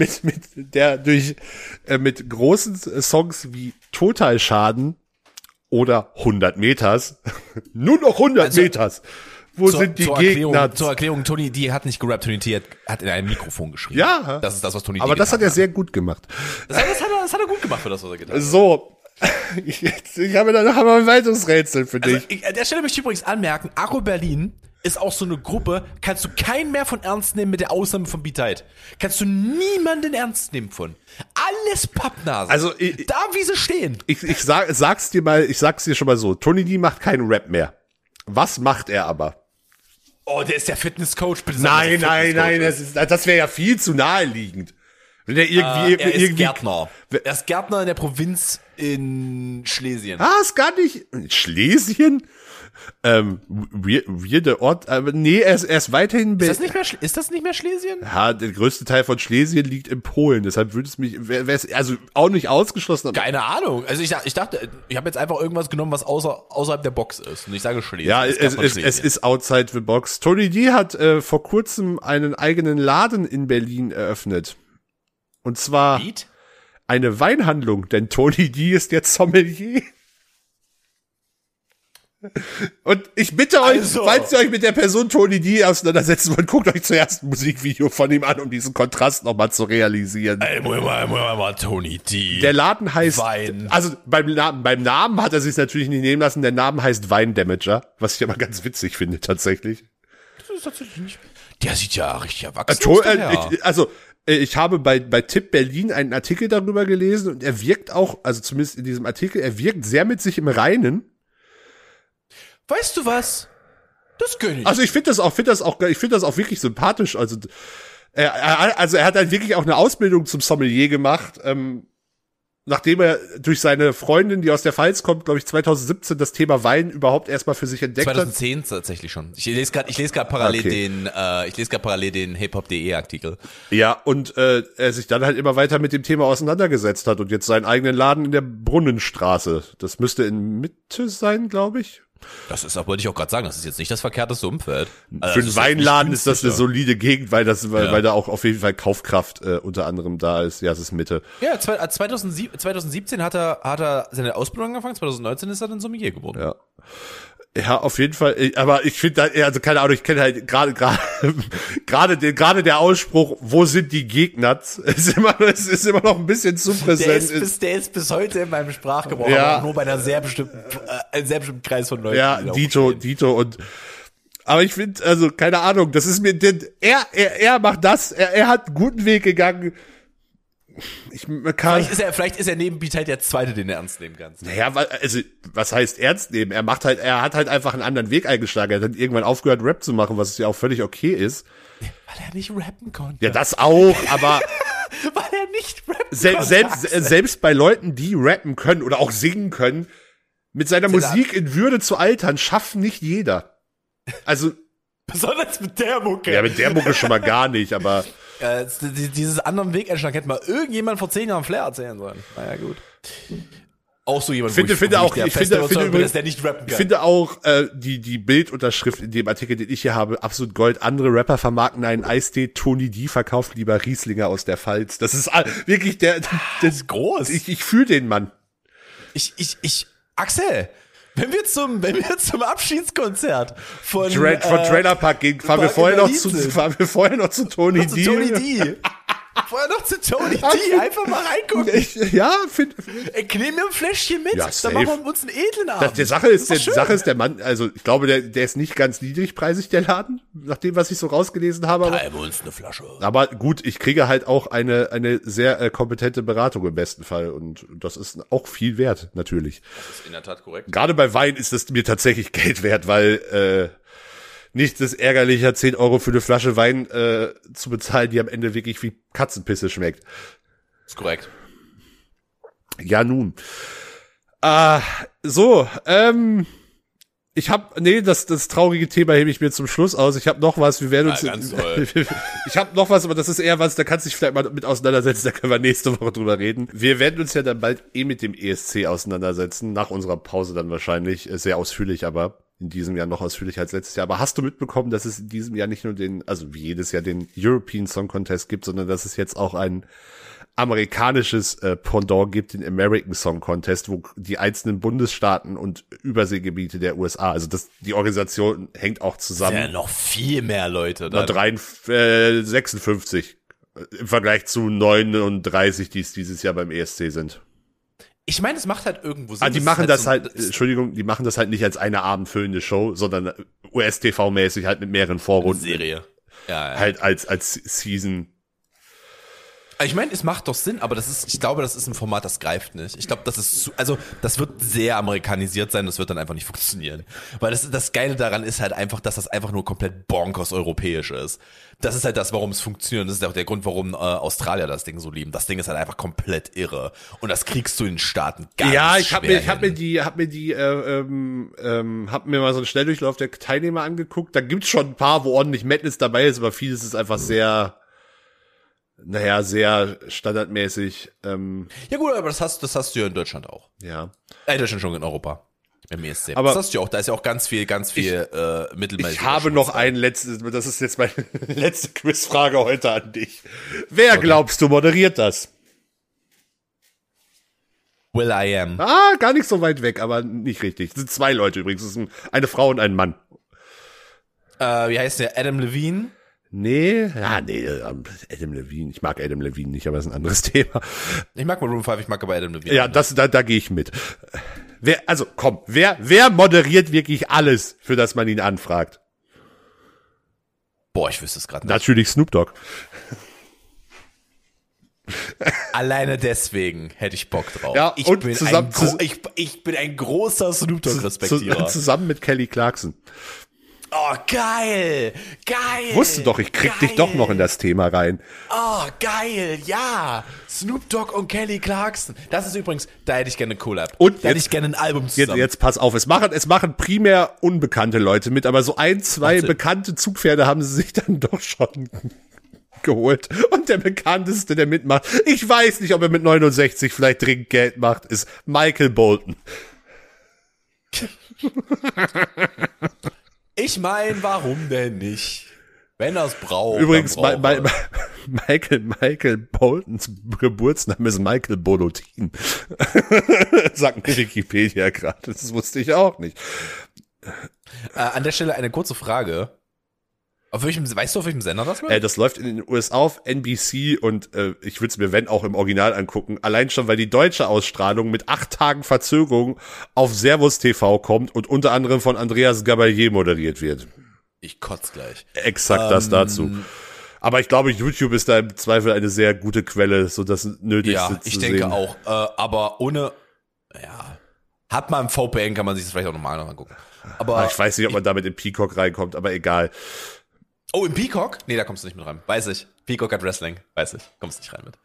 Mit großen Songs wie Totalschaden oder 100 Meters, nur noch 100 Meters. Wo sind die Gegner? Zur Erklärung, Tony D. hat nicht gerappt, Tony D. hat in einem Mikrofon geschrieben. Ja. Das ist das, was Tony D. Aber das hat er sehr gut gemacht. Das hat er gut gemacht für das, was er getan hat. So. Ich habe da noch ein weiteres Rätsel für dich. An der Stelle möchte ich übrigens anmerken, Agro Berlin ist auch so eine Gruppe, kannst du keinen mehr von ernst nehmen mit der Ausnahme von Beat. Kannst du niemanden ernst nehmen von. Alles Pappnasen. Also, da wie sie stehen. Ich sag's dir schon mal so. Tony D macht keinen Rap mehr. Was macht er aber? Oh, der ist der Fitnesscoach. Bitte nein, das wäre ja viel zu naheliegend. Wenn der er ist Gärtner. Er ist Gärtner in der Provinz in Schlesien. Ist gar nicht. In Schlesien? Weirder Ort, aber nee, er ist weiterhin. Ist das nicht mehr Schlesien? Ja, der größte Teil von Schlesien liegt in Polen, deshalb würde es mich, wäre es also auch nicht ausgeschlossen. Keine Ahnung. Also ich dachte, ich habe jetzt einfach irgendwas genommen, was außerhalb der Box ist. Und ich sage Schlesien. Ja, es ist outside the box. Tony D. hat vor kurzem einen eigenen Laden in Berlin eröffnet. Und zwar eine Weinhandlung, denn Tony D. ist jetzt Sommelier. Und ich bitte euch, falls ihr euch mit der Person Tony D. auseinandersetzen wollt, guckt euch zuerst ein Musikvideo von ihm an, um diesen Kontrast nochmal zu realisieren. Ey, mal Tony D. Der Laden heißt, Wein. Also beim Namen hat er sich natürlich nicht nehmen lassen, der Name heißt Weindamager, was ich aber ganz witzig finde tatsächlich. Das ist tatsächlich nicht. Der sieht ja richtig erwachsen aus. Ich habe bei Tipp Berlin einen Artikel darüber gelesen und er wirkt auch, also zumindest in diesem Artikel, er wirkt sehr mit sich im Reinen. Weißt du was? Das gönn ich. Also ich finde das auch wirklich sympathisch. Also er hat halt wirklich auch eine Ausbildung zum Sommelier gemacht, nachdem er durch seine Freundin, die aus der Pfalz kommt, glaube ich 2017 das Thema Wein überhaupt erstmal für sich entdeckt 2010 tatsächlich schon. Ich lese gerade parallel den hiphop.de Artikel. Ja, und er sich dann halt immer weiter mit dem Thema auseinandergesetzt hat und jetzt seinen eigenen Laden in der Brunnenstraße. Das müsste in Mitte sein, glaube ich. Das ist, wollte ich auch gerade sagen, das ist jetzt nicht das verkehrteste Umfeld. Also für einen Weinladen ist das eine solide Gegend, weil da auch auf jeden Fall Kaufkraft unter anderem da ist. Ja, es ist Mitte. Ja, 2017 hat er seine Ausbildung angefangen, 2019 ist er dann Sommelier geworden. Ja. Ja, auf jeden Fall. Aber ich finde, also keine Ahnung, ich kenne halt gerade der Ausspruch, wo sind die Gegner? Ist immer noch ein bisschen zu präsent. Der ist bis heute in meinem Sprachgebrauch, ja. aber nur bei einem sehr bestimmten Kreis von Leuten. Ja, Dito und aber ich finde, also keine Ahnung, das ist mir, er macht das, er hat einen guten Weg gegangen. Vielleicht ist er neben Beat halt der Zweite, den er ernst nehmen kann. Naja, also, was heißt ernst nehmen? Er hat halt einfach einen anderen Weg eingeschlagen. Er hat dann irgendwann aufgehört, Rap zu machen, was ja auch völlig okay ist. Weil er nicht rappen konnte. Ja, das auch, aber weil er nicht rappen konnte. Selbst bei Leuten, die rappen können oder auch singen können, mit seiner Musik in Würde zu altern, schafft nicht jeder. Also besonders mit der Mucke. Ja, mit der Mucke schon mal gar nicht, aber dieses anderen Weg einschlagen hätte mal irgendjemand vor 10 Jahren Flair erzählen sollen. Naja, gut. Auch so jemand, ich finde auch die Bildunterschrift in dem Artikel, den ich hier habe, absolut Gold. Andere Rapper vermarkten einen Eistee, Tony D verkauft lieber Rieslinger aus der Pfalz. Das ist wirklich das ist groß. Ich fühle den Mann. Axel, wenn wir zum Abschiedskonzert von Trailer Park gehen, fahren wir vorher noch zu Tony D. Vorher noch zu Tony D. Einfach mal reingucken. Ich nehme mir ein Fläschchen mit, ja, dann machen wir uns einen edlen Abend. Die Sache ist, der Mann, also ich glaube, der ist nicht ganz niedrigpreisig, der Laden, nach dem, was ich so rausgelesen habe. Teilen wir uns eine Flasche. Aber gut, ich kriege halt auch eine sehr kompetente Beratung im besten Fall und das ist auch viel wert, natürlich. Das ist in der Tat korrekt. Gerade bei Wein ist das mir tatsächlich Geld wert, weil nichts ist ärgerlicher, 10 Euro für eine Flasche Wein zu bezahlen, die am Ende wirklich wie Katzenpisse schmeckt. Ist korrekt. Ja, nun. Das traurige Thema hebe ich mir zum Schluss aus. Ich habe noch was, wir werden uns... ich habe noch was, aber das ist eher was, da kannst du dich vielleicht mal mit auseinandersetzen, da können wir nächste Woche drüber reden. Wir werden uns ja dann bald mit dem ESC auseinandersetzen, nach unserer Pause dann wahrscheinlich, sehr ausführlich, aber in diesem Jahr noch ausführlicher als letztes Jahr. Aber hast du mitbekommen, dass es in diesem Jahr nicht nur wie jedes Jahr den European Song Contest gibt, sondern dass es jetzt auch ein amerikanisches Pendant gibt, den American Song Contest, wo die einzelnen Bundesstaaten und Überseegebiete der USA, also die Organisation hängt auch zusammen. Ja, noch viel mehr Leute. 56 im Vergleich zu 39, die es dieses Jahr beim ESC sind. Ich meine, es macht halt irgendwo Sinn. Die machen das halt nicht als eine abendfüllende Show, sondern US-TV-mäßig halt mit mehreren Vorrunden. Serie. Ja. Halt als Season. Ich meine, es macht doch Sinn, aber ich glaube, das ist ein Format, das greift nicht. Ich glaube, das wird sehr amerikanisiert sein, das wird dann einfach nicht funktionieren. Weil das Geile daran ist halt einfach, dass das einfach nur komplett bonkers europäisch ist. Das ist halt das, warum es funktioniert. Und das ist auch der Grund, warum Australier das Ding so lieben. Das Ding ist halt einfach komplett irre. Und das kriegst du in den Staaten gar nicht. Ja, ich hab mir mal so einen Schnelldurchlauf der Teilnehmer angeguckt. Da gibt's schon ein paar, wo ordentlich Madness dabei ist, aber vieles ist einfach sehr standardmäßig. Ja gut, aber das hast du ja in Deutschland auch. Ja. Deutschland schon in Europa. Im ESC. Aber das hast du ja auch, da ist ja auch ganz viel mittelmäßig. Ich habe noch das ist jetzt meine letzte Quizfrage heute an dich. Wer glaubst du moderiert das? Will I Am. Gar nicht so weit weg, aber nicht richtig. Das sind 2 Leute übrigens. Das sind eine Frau und ein Mann. Wie heißt der? Adam Levine? Nee, Adam Levine. Ich mag Adam Levine nicht, aber das ist ein anderes Thema. Ich mag Maroon 5, ich mag aber Adam Levine. Ja, da gehe ich mit. Wer moderiert wirklich alles, für das man ihn anfragt? Boah, ich wüsste es gerade nicht. Natürlich Snoop Dogg. Alleine deswegen hätte ich Bock drauf. Ja, ich, und bin zusammen- ich bin ein großer Snoop Dogg-Respektierer. Zusammen mit Kelly Clarkson. Oh, geil. Geil. Wusste doch, ich krieg dich doch noch in das Thema rein. Oh, geil, ja. Snoop Dogg und Kelly Clarkson. Das ist übrigens, da hätte ich gerne eine Collab. Und da hätte jetzt- ich gerne ein Album zusammen. Jetzt pass auf, es machen primär unbekannte Leute mit, aber so ein, zwei Macht Sinn. bekannte Zugpferde haben sie sich dann doch schon geholt. Und der bekannteste, der mitmacht, ich weiß nicht, ob er mit 69 vielleicht dringend Geld macht, ist Michael Bolton. Ich meine, warum denn nicht? Wenn er es braucht. Übrigens, dann braucht er. Michael Boltons Geburtsname ist Michael Bolotin. Sagt mir Wikipedia gerade, das wusste ich auch nicht. An der Stelle eine kurze Frage. Weißt du, auf welchem Sender das läuft? Das läuft in den USA auf NBC und ich würde es mir, wenn auch im Original angucken. Allein schon, weil die deutsche Ausstrahlung mit 8 Tagen Verzögerung auf Servus TV kommt und unter anderem von Andreas Gabalier moderiert wird. Ich kotz gleich. Exakt das dazu. Aber ich glaube, YouTube ist da im Zweifel eine sehr gute Quelle, so das Nötigste Ja, zu ich sehen. denke auch. Aber ohne, ja, hat man ein VPN, kann man sich das vielleicht auch nochmal angucken. Aber Ich weiß nicht, ob man damit in Peacock reinkommt, aber egal. oh, im Peacock? Nee, da kommst du nicht mit rein. Weiß ich. Peacock hat Wrestling. Weiß ich. Kommst nicht rein mit.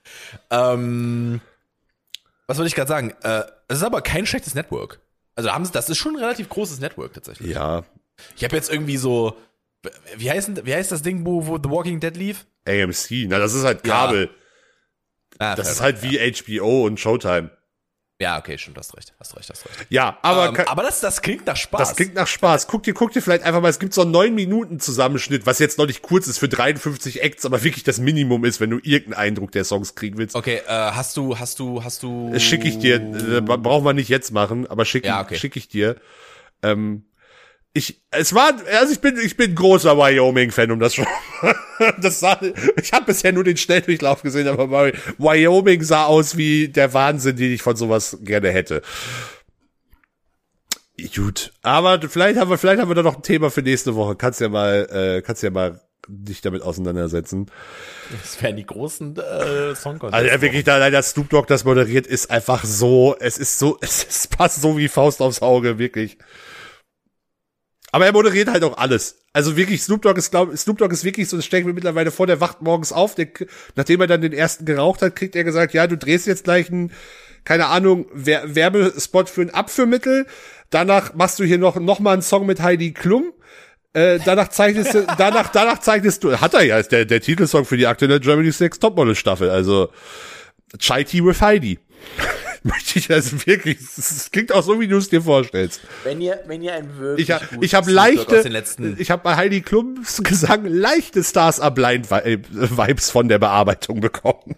Was wollte ich gerade sagen? Es ist aber kein schlechtes Network. Also das ist schon ein relativ großes Network tatsächlich. Ja, Ich habe jetzt irgendwie so, wie heißt das Ding, wo The Walking Dead lief? AMC, na das ist halt Kabel. Ah, Das fair ist halt wie HBO und Showtime. Ja, okay, stimmt, hast recht. Ja, aber Aber das klingt nach Spaß. das klingt nach Spaß. Guck dir vielleicht einfach mal, es gibt so einen 9-Minuten-Zusammenschnitt, was jetzt noch nicht kurz ist für 53 Acts, aber wirklich das Minimum ist, wenn du irgendeinen Eindruck der Songs kriegen willst. Okay, hast du Schicke ich dir, brauchen wir nicht jetzt machen, aber schicke Ja, okay. schick ich dir. Ich bin großer Wyoming-Fan, um das schon. Ich habe bisher nur den Schnelldurchlauf gesehen, aber Wyoming sah aus wie der Wahnsinn, den ich von sowas gerne hätte. Gut, aber vielleicht haben wir da noch ein Thema für nächste Woche. Kannst ja mal dich damit auseinandersetzen. Das wären die großen Songcontests. Also ja, wirklich, da leider Snoop Dogg das moderiert, ist einfach so, es passt so wie Faust aufs Auge, wirklich. Aber er moderiert halt auch alles. Also wirklich, Snoop Dogg ist wirklich so, das stelle ich mir mittlerweile vor, der wacht morgens auf, nachdem er dann den ersten geraucht hat, kriegt er gesagt, ja, du drehst jetzt gleich einen, keine Ahnung, Werbespot für ein Abführmittel, danach machst du hier noch mal einen Song mit Heidi Klum, danach zeichnest du, hat er ja, ist der Titelsong für die aktuelle Germany's Next Topmodel Staffel, also Chai Tea with Heidi. Möchte ich also wirklich, es klingt auch so, wie du es dir vorstellst. Wenn ihr einen wirklich Ich habe bei Heidi Klums Gesang leichte Stars are Blind Vibes von der Bearbeitung bekommen.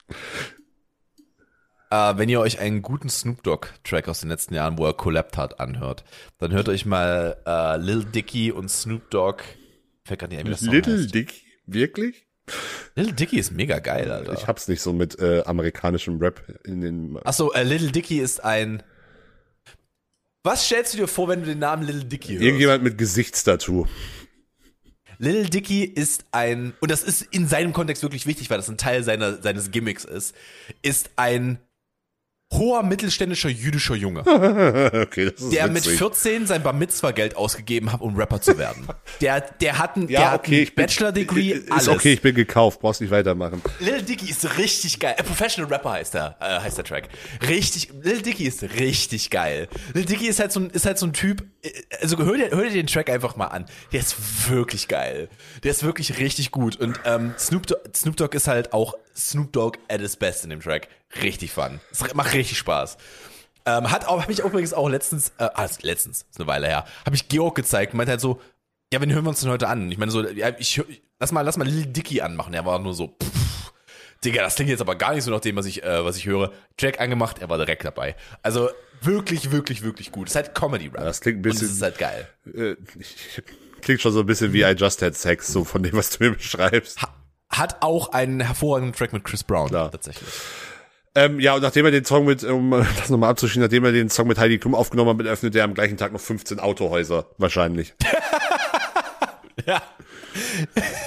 wenn ihr euch einen guten Snoop Dogg Track aus den letzten Jahren, wo er collabed hat, anhört, dann hört euch mal Lil Dicky und Snoop Dogg. Fällt gerade nicht ein, wie das Song Little heißt. Dick? Wirklich? Lil Dicky ist mega geil, Alter. Ich hab's nicht so mit amerikanischem Rap in den. Achso, Lil Dicky ist ein. Was stellst du dir vor, wenn du den Namen Lil Dicky hörst? Irgendjemand mit Gesichtstattoo. Lil Dicky ist ein, und das ist in seinem Kontext wirklich wichtig, weil das ein Teil seines Gimmicks ist ein hoher mittelständischer jüdischer Junge, Okay, das ist der witzig. mit 14 sein Bar-Mitzvah-Geld ausgegeben hat, um Rapper zu werden. Der hat ein Bachelor-Degree, Ist alles. okay, ich bin gekauft, brauchst nicht weitermachen. Lil Dicky ist richtig geil. Professional Rapper heißt der Track. Lil Dicky ist richtig geil. Lil Dicky ist halt so ein Typ, also hör dir den Track einfach mal an. Der ist wirklich geil. Der ist wirklich richtig gut. Und Snoop Dogg ist halt auch Snoop Dogg at his best in dem Track. Richtig fun. Es macht richtig Spaß. Hab ich übrigens auch letztens, ist eine Weile her, habe ich Georg gezeigt und meinte halt so, ja, wen hören wir uns denn heute an? Ich meine so, ja, lass mal Lil Dicky anmachen. Er war nur so, Digga, das klingt jetzt aber gar nicht so nach dem, was ich höre. Track angemacht, er war direkt dabei. Also wirklich, wirklich, wirklich gut. Es ist halt Comedy-Rap. Das klingt ein bisschen. Und es ist halt geil. Klingt schon so ein bisschen wie I Just Had Sex, so von dem, was du mir beschreibst. Hat auch einen hervorragenden Track mit Chris Brown, Klar. tatsächlich. Ja, und nachdem er den Song um das nochmal abzuschließen, nachdem er den Song mit Heidi Klum aufgenommen hat, öffnet er am gleichen Tag noch 15 Autohäuser, wahrscheinlich. Ja.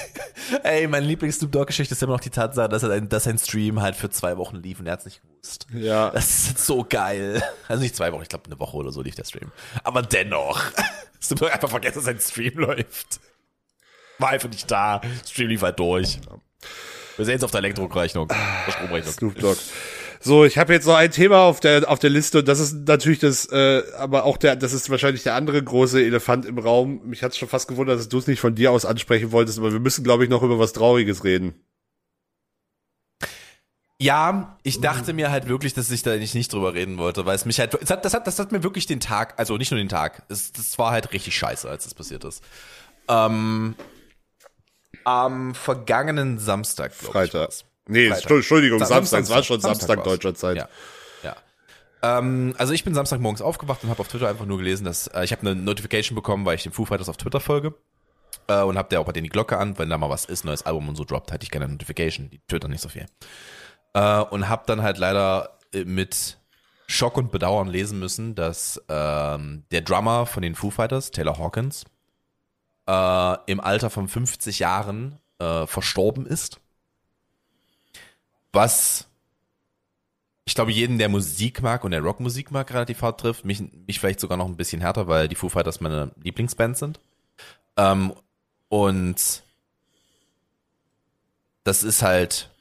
Ey, meine Lieblings-Snoop Dogg-Geschichte ist immer noch die Tatsache, dass sein Stream halt für 2 Wochen lief und er hat's nicht gewusst. Ja. Das ist so geil. Also nicht 2 Wochen, ich glaube eine Woche oder so lief der Stream. Aber dennoch. Snoop Dogg einfach vergessen, dass sein Stream läuft. War einfach nicht da. Stream lief halt durch. Wir sehen es auf der Elektrorechnung. Der Stromrechnung. Snoop Dogg. So, ich habe jetzt noch ein Thema auf der Liste und das ist natürlich aber auch das ist wahrscheinlich der andere große Elefant im Raum. Mich hat's schon fast gewundert, dass du es nicht von dir aus ansprechen wolltest, aber wir müssen, glaube ich, noch über was Trauriges reden. Ja, ich dachte mir halt wirklich, dass ich da nicht drüber reden wollte, weil es mich halt, das hat mir wirklich den Tag, also nicht nur den Tag, das war halt richtig scheiße, als das passiert ist. Am vergangenen Samstag, Freitag. Nee, Freitag. Entschuldigung, Samstag. Es war schon Samstag deutscher Zeit. Ja. Also ich bin Samstagmorgens aufgewacht und habe auf Twitter einfach nur gelesen, dass ich habe eine Notification bekommen, weil ich den Foo Fighters auf Twitter folge und habe der auch bei denen die Glocke an, wenn da mal was ist, neues Album und so droppt, hatte ich keine Notification, die Twitter nicht so viel. Und habe dann halt leider mit Schock und Bedauern lesen müssen, dass der Drummer von den Foo Fighters, Taylor Hawkins, im Alter von 50 Jahren verstorben ist. Was ich glaube, jeden, der Musik mag und der Rockmusik mag, relativ hart trifft. Mich vielleicht sogar noch ein bisschen härter, weil die Foo Fighters meine Lieblingsband sind. Und das ist halt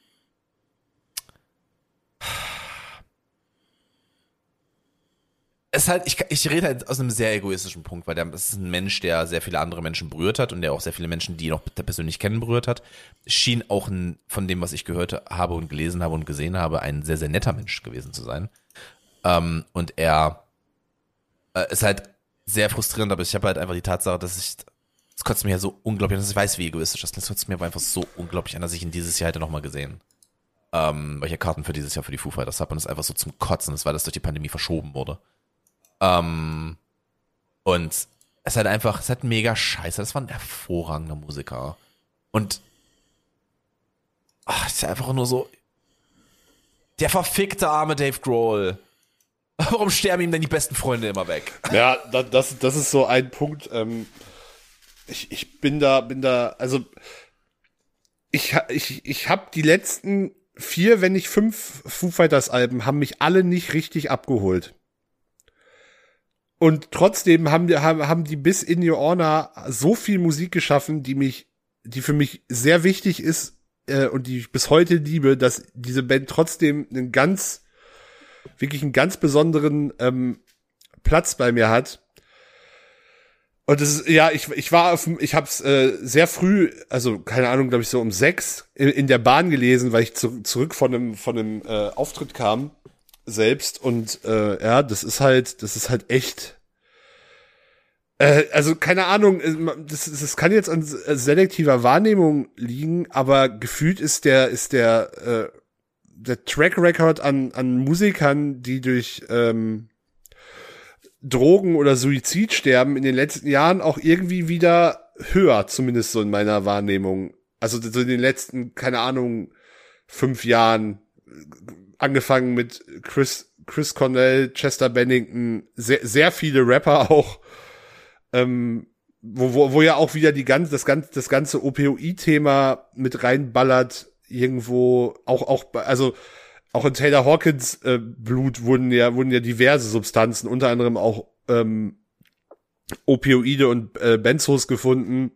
es ist halt, ich rede halt aus einem sehr egoistischen Punkt, weil das ist ein Mensch, der sehr viele andere Menschen berührt hat und der auch sehr viele Menschen, die ihn auch persönlich kennen, berührt hat. Schien auch von dem, was ich gehört habe und gelesen habe und gesehen habe, ein sehr, sehr netter Mensch gewesen zu sein. Und er ist halt sehr frustrierend, aber ich habe halt einfach die Tatsache, das kotzt mir ja so unglaublich an, dass ich weiß, wie egoistisch das kotzt mir aber einfach so unglaublich an, dass ich ihn dieses Jahr hätte nochmal gesehen. Weil ich ja Karten für dieses Jahr für die Foo Fighters habe und es einfach so zum Kotzen ist, weil das durch die Pandemie verschoben wurde. Und es ist halt mega scheiße. Das war ein hervorragender Musiker. Und es ist einfach nur so, der verfickte arme Dave Grohl. Warum sterben ihm denn die besten Freunde immer weg? Ja, das ist so ein Punkt. Ich bin da, also ich habe die letzten 4, wenn nicht 5 Foo Fighters Alben haben mich alle nicht richtig abgeholt. Und trotzdem haben die bis In Your Honor so viel Musik geschaffen, die für mich sehr wichtig ist und die ich bis heute liebe, dass diese Band trotzdem wirklich einen ganz besonderen Platz bei mir hat. Und das ist, ja, ich hab's sehr früh, also keine Ahnung, glaube ich so um 6 in der Bahn gelesen, weil ich zurück von einem Auftritt kam selbst und ja, das ist halt echt also keine Ahnung, das kann jetzt an selektiver Wahrnehmung liegen, aber gefühlt ist der Track Record an Musikern, die durch Drogen oder Suizid sterben, in den letzten Jahren auch irgendwie wieder höher, zumindest so in meiner Wahrnehmung. Also so in den letzten, keine Ahnung, 5 Jahren, angefangen mit Chris Cornell, Chester Bennington, sehr, sehr viele Rapper auch, wo ja auch wieder das ganze Opioid-Thema mit reinballert, irgendwo, also auch in Taylor Hawkins Blut wurden ja diverse Substanzen, unter anderem auch Opioide und Benzos gefunden.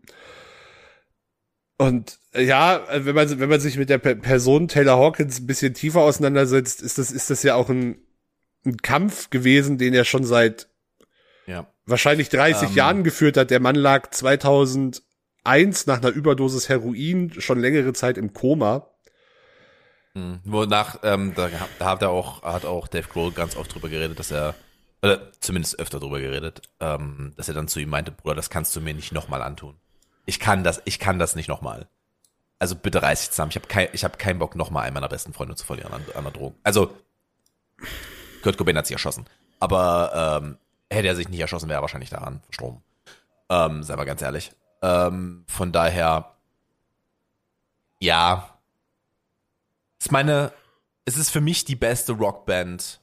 Und ja, wenn man sich mit der Person Taylor Hawkins ein bisschen tiefer auseinandersetzt, ist das ja auch ein Kampf gewesen, den er schon seit wahrscheinlich 30 Jahren geführt hat. Der Mann lag 2001 nach einer Überdosis Heroin schon längere Zeit im Koma. Wonach, da hat auch Dave Grohl ganz oft drüber geredet, dass er, oder zumindest öfter drüber geredet, dass er dann zu ihm meinte, Bruder, das kannst du mir nicht nochmal antun. Ich kann das nicht nochmal. Also bitte reiß dich zusammen. Ich hab keinen Bock, nochmal einen meiner besten Freunde zu verlieren an einer Drogen. Also, Kurt Cobain hat sich erschossen. Aber hätte er sich nicht erschossen, wäre er wahrscheinlich daran verstorben. Sei mal ganz ehrlich. Von daher, ja. Es ist für mich die beste Rockband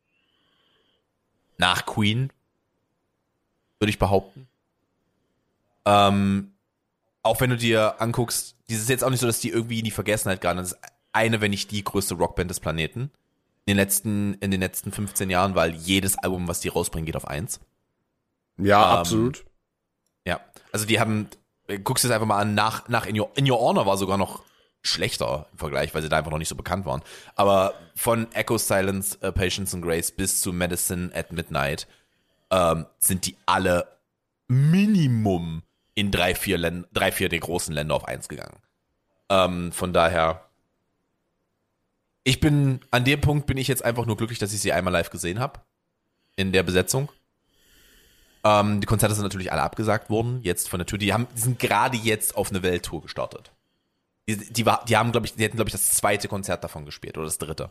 nach Queen, würde ich behaupten. auch wenn du dir anguckst, die ist jetzt auch nicht so, dass die irgendwie in die Vergessenheit geraten. Das ist eine, wenn nicht die größte Rockband des Planeten. In den letzten 15 Jahren, weil jedes Album, was die rausbringen, geht auf 1. Ja, absolut. Ja, also die haben, guckst du es einfach mal an, nach In Your Honor war sogar noch schlechter im Vergleich, weil sie da einfach noch nicht so bekannt waren. Aber von Echo, Silence, Patience and Grace bis zu Medicine at Midnight sind die alle Minimum in 3-4 der großen Länder auf 1 gegangen. Von daher, an dem Punkt bin ich jetzt einfach nur glücklich, dass ich sie einmal live gesehen habe. In der Besetzung. Die Konzerte sind natürlich alle abgesagt worden, jetzt von der Tour. Die sind gerade jetzt auf eine Welttour gestartet. Die hatten, glaube ich, das zweite Konzert davon gespielt, oder das dritte.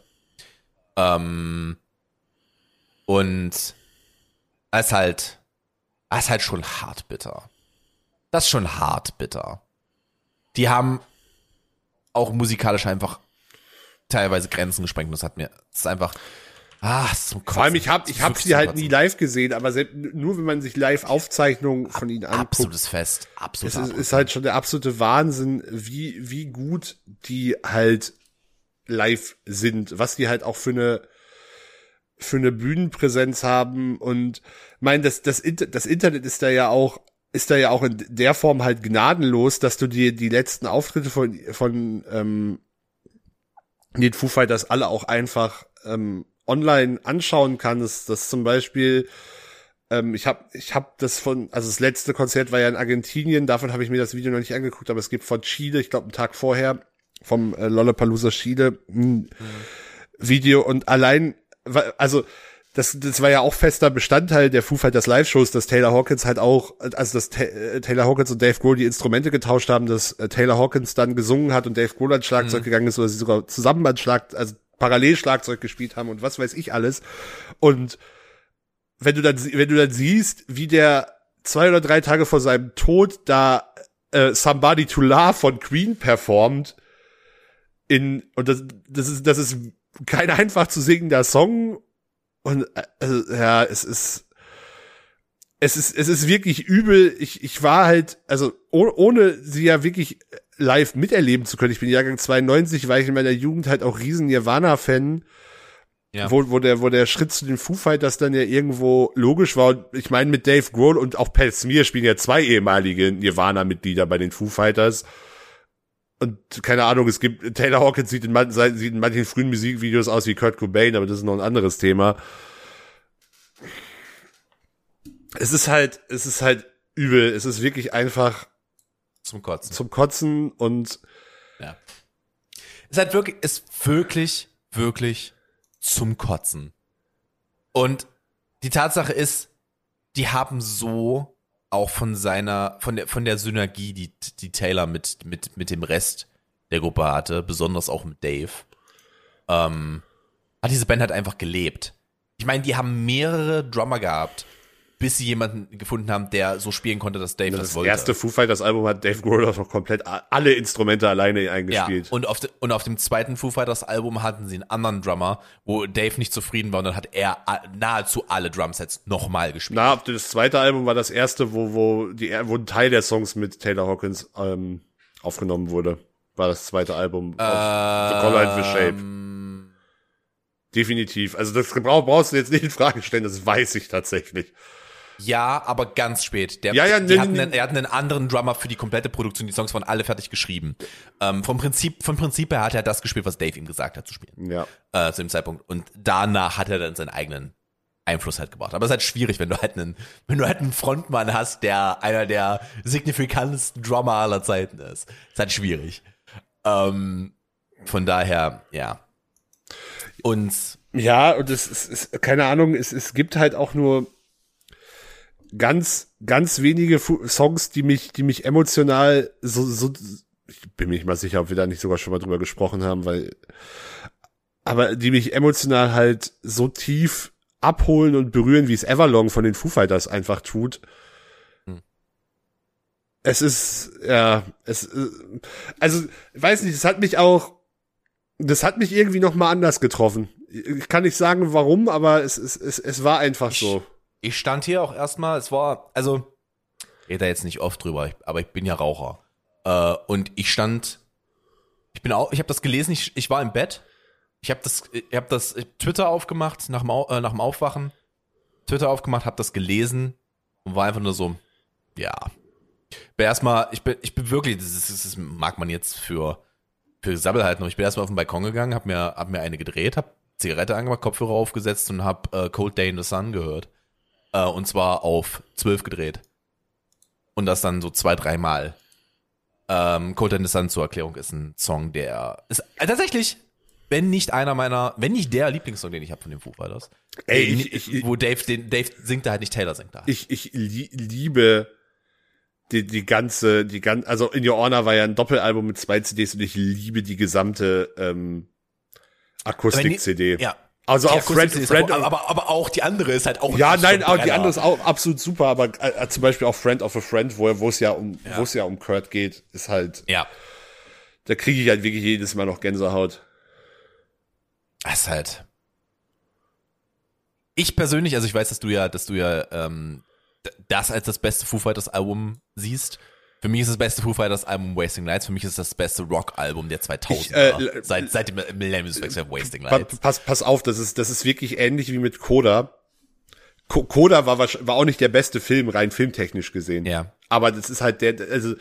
Und es ist halt schon hart bitter. Das ist schon hart bitter. Die haben auch musikalisch einfach teilweise Grenzen gesprengt. Das ist einfach, zum Kotzen. Vor allem, ich hab sie halt nie live gesehen, aber nur wenn man sich Live-Aufzeichnungen von ihnen anguckt. Absolutes Fest. Es ist halt schon der absolute Wahnsinn, wie gut die halt live sind, was die halt auch für eine Bühnenpräsenz haben. Und das Internet ist da ja auch in der Form halt gnadenlos, dass du dir die letzten Auftritte von den Foo Fighters alle auch einfach online anschauen kannst. Das zum Beispiel, ich hab das also das letzte Konzert war ja in Argentinien, davon habe ich mir das Video noch nicht angeguckt, aber es gibt von Chile, ich glaube einen Tag vorher, vom Lollapalooza Chile ein Video, und allein, also das war ja auch fester Bestandteil der Foo Fighters Live-Shows, dass Taylor Hawkins halt auch, also dass Taylor Hawkins und Dave Grohl die Instrumente getauscht haben, dass Taylor Hawkins dann gesungen hat und Dave Grohl ans Schlagzeug gegangen ist, oder sie sogar zusammen also parallel Schlagzeug gespielt haben und was weiß ich alles. Und wenn du dann siehst, wie der 2 oder 3 Tage vor seinem Tod da Somebody to Love von Queen performt, und das ist kein einfach zu singender Song. Und also, ja, es ist wirklich übel. Ich war halt, also ohne sie ja wirklich live miterleben zu können. Ich bin Jahrgang 92, war ich in meiner Jugend halt auch riesen Nirvana-Fan. Ja. Wo der Schritt zu den Foo Fighters dann ja irgendwo logisch war. Und ich meine, mit Dave Grohl und auch Pat Smear spielen ja 2 ehemalige Nirvana-Mitglieder bei den Foo Fighters. Und keine Ahnung, es gibt, Taylor Hawkins sieht in manchen frühen Musikvideos aus wie Kurt Cobain, aber das ist noch ein anderes Thema. Es ist halt übel. Es ist wirklich einfach zum Kotzen und ja. Ist wirklich zum Kotzen. Und die Tatsache ist, die haben so auch von der Synergie, die Taylor mit dem Rest der Gruppe hatte, besonders auch mit Dave, hat diese Band halt einfach gelebt. Ich meine, die haben mehrere Drummer gehabt, bis sie jemanden gefunden haben, der so spielen konnte, dass Dave das wollte. Das erste Foo Fighters Album hat Dave Grohl auch noch komplett alle Instrumente alleine eingespielt. Ja, und auf dem zweiten Foo Fighters Album hatten sie einen anderen Drummer, wo Dave nicht zufrieden war, und dann hat er nahezu alle Drumsets nochmal gespielt. Das zweite Album war das erste, wo ein Teil der Songs mit Taylor Hawkins aufgenommen wurde. War das zweite Album auf The Color and the Shape. Definitiv. Also das brauchst du jetzt nicht in Frage stellen, das weiß ich tatsächlich. Ja, aber ganz spät. Er hat einen anderen Drummer für die komplette Produktion. Die Songs waren alle fertig geschrieben. Vom Prinzip her hat er das gespielt, was Dave ihm gesagt hat zu spielen. Ja. Zu dem Zeitpunkt. Und danach hat er dann seinen eigenen Einfluss halt gebracht. Aber es ist halt schwierig, wenn du halt einen Frontmann hast, der einer der signifikantesten Drummer aller Zeiten ist. Ist halt schwierig. Von daher, ja. Und es ist keine Ahnung, es gibt halt auch nur ganz wenige Songs, die mich emotional so ich bin mir nicht mal sicher, ob wir da nicht sogar schon mal drüber gesprochen haben, aber die mich emotional halt so tief abholen und berühren, wie es Everlong von den Foo Fighters einfach tut. Es ist, also, ich weiß nicht, das hat mich irgendwie noch mal anders getroffen. Ich kann nicht sagen, warum, aber es war einfach so. Ich stand hier auch erstmal, ich rede da jetzt nicht oft drüber, aber ich bin ja Raucher. Und ich habe das gelesen, ich war im Bett, ich habe Twitter aufgemacht nach dem Aufwachen, habe das gelesen und war einfach nur so, ja. Ich bin wirklich, das mag man jetzt für Sabbel halten, aber ich bin erstmal auf den Balkon gegangen, hab mir eine gedreht, hab Zigarette angemacht, Kopfhörer aufgesetzt und hab Cold Day in the Sun gehört. Und zwar auf 12 gedreht. Und das dann so 2-3 Mal. Cold Day in the Sun zur Erklärung ist ein Song, der ist tatsächlich, wenn nicht der Lieblingssong, den ich habe von den Foo Fighters. Wo Dave singt da halt nicht, Taylor singt da. Ich liebe die ganze, also In Your Honor war ja ein Doppelalbum mit 2 CDs und ich liebe die gesamte Akustik-CD. Ja. Also auch Friend aber auch die andere ist halt auch. Ja, nein, auch die andere ist auch absolut super, aber zum Beispiel auch Friend of a Friend, wo es ja um Kurt geht, ist halt. Ja. Da kriege ich halt wirklich jedes Mal noch Gänsehaut. Das ist halt. Ich persönlich, also ich weiß, dass du ja das als das beste Foo Fighters Album siehst. Für mich ist das beste Foo Fighters Album Wasting Lights. Für mich ist das beste Rock-Album der 2000er. Seit dem Millennium-Wechsel Wasting Lights. Pass auf, das ist wirklich ähnlich wie mit Coda. Coda war auch nicht der beste Film, rein filmtechnisch gesehen. Ja. Aber das ist halt In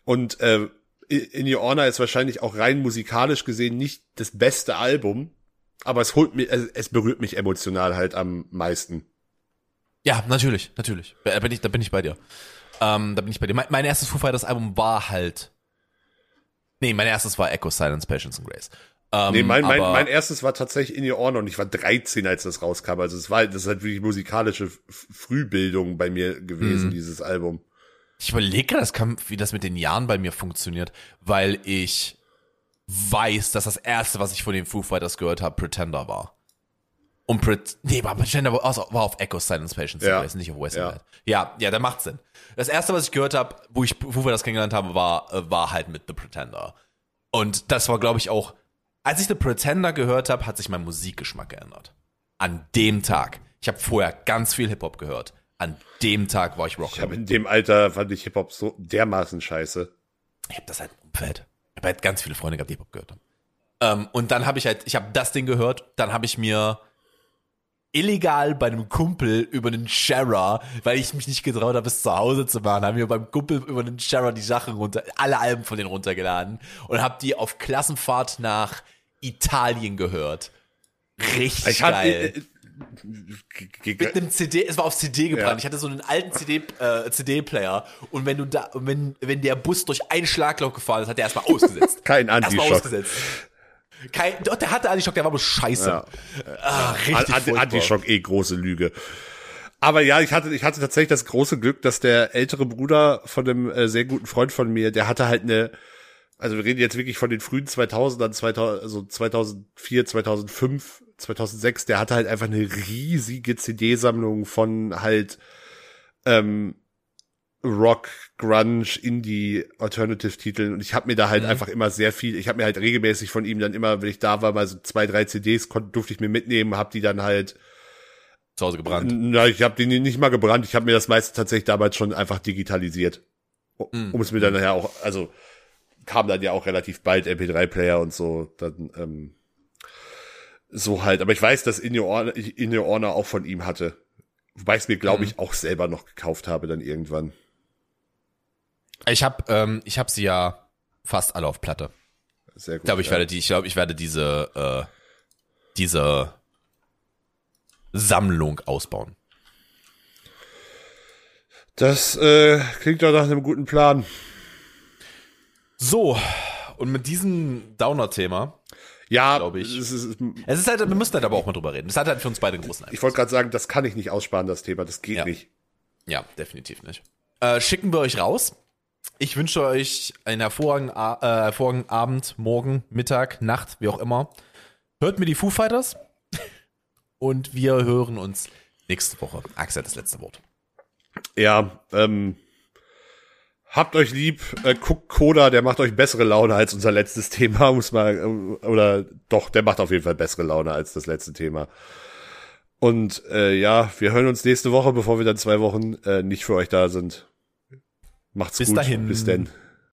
Your Honor ist wahrscheinlich auch rein musikalisch gesehen nicht das beste Album. Aber es berührt mich emotional halt am meisten. Ja, natürlich. Da bin ich bei dir. Mein erstes Foo Fighters Album war mein erstes war Echo, Silence, Patience and Grace. Mein erstes war tatsächlich In Your Honor und ich war 13, als das rauskam. Also das ist halt wirklich musikalische Frühbildung bei mir gewesen, dieses Album. Ich überlege, wie das mit den Jahren bei mir funktioniert, weil ich weiß, dass das erste, was ich von den Foo Fighters gehört habe, Pretender war. Und Pretender war auf Echo, Silence, Patience and Grace, nicht auf Wasting Light. Ja, da macht Sinn. Das erste, was ich gehört habe, wo ich Foo Fighters kennengelernt habe, war halt mit The Pretender. Und das war, glaube ich, auch, als ich The Pretender gehört habe, hat sich mein Musikgeschmack geändert. An dem Tag. Ich habe vorher ganz viel Hip-Hop gehört. An dem Tag war ich Rocker. In dem Alter fand ich Hip-Hop so dermaßen scheiße. Ich habe das halt im Umfeld. Ich habe halt ganz viele Freunde gehabt, die Hip-Hop gehört haben. Und dann habe ich habe das Ding gehört, dann habe ich mir illegal bei einem Kumpel über einen Sharer, weil ich mich nicht getraut habe, es zu Hause zu machen, haben wir beim Kumpel über einen Sharer die Sachen alle Alben von denen runtergeladen und hab die auf Klassenfahrt nach Italien gehört. Richtig geil. Mit einem CD, es war auf CD gebrannt. Ja. Ich hatte so einen alten CD-Player und wenn der Bus durch ein Schlagloch gefahren ist, hat der erstmal ausgesetzt. Kein Anti-Schock. Der hatte Anti-Schock, der war bloß scheiße. Ja. Richtig Anti-Schock, große Lüge. Aber ja, ich hatte tatsächlich das große Glück, dass der ältere Bruder von einem sehr guten Freund von mir, der hatte halt also wir reden jetzt wirklich von den frühen 2000ern, 2004, 2005, 2006, der hatte halt einfach eine riesige CD-Sammlung von halt Rock, Grunge, Indie, Alternative-Titeln und ich habe mir da halt einfach immer ich habe mir halt regelmäßig von ihm dann immer, wenn ich da war, mal so 2-3 CDs durfte ich mir mitnehmen, habe die dann halt zu Hause gebrannt. Na, ich habe die nicht mal gebrannt, ich habe mir das meiste tatsächlich damals schon einfach digitalisiert. Um es mir dann nachher auch, also kam dann ja auch relativ bald MP3-Player und so, dann so halt, aber ich weiß, dass In Your Honor auch von ihm hatte. Wobei ich es mir, glaube ich, auch selber noch gekauft habe dann irgendwann. Ich hab sie ja fast alle auf Platte. Sehr gut. Ich glaube, ich werde diese Sammlung ausbauen. Das klingt doch nach einem guten Plan. So, und mit diesem Downer-Thema, ja, glaube ich. Es ist halt, wir müssen halt aber auch mal drüber reden. Das hat halt für uns beide einen großen Einfluss. Ich wollte gerade sagen, das kann ich nicht aussparen, das Thema. Das geht nicht. Ja, definitiv nicht. Schicken wir euch raus. Ich wünsche euch einen hervorragenden Abend, Morgen, Mittag, Nacht, wie auch immer. Hört mir die Foo Fighters und wir hören uns nächste Woche. Axel hat das letzte Wort. Ja, habt euch lieb, guckt Coda, der macht euch bessere Laune als unser letztes Thema, der macht auf jeden Fall bessere Laune als das letzte Thema. Und wir hören uns nächste Woche, bevor wir dann 2 Wochen nicht für euch da sind. Macht's gut. Bis dahin. Bis denn.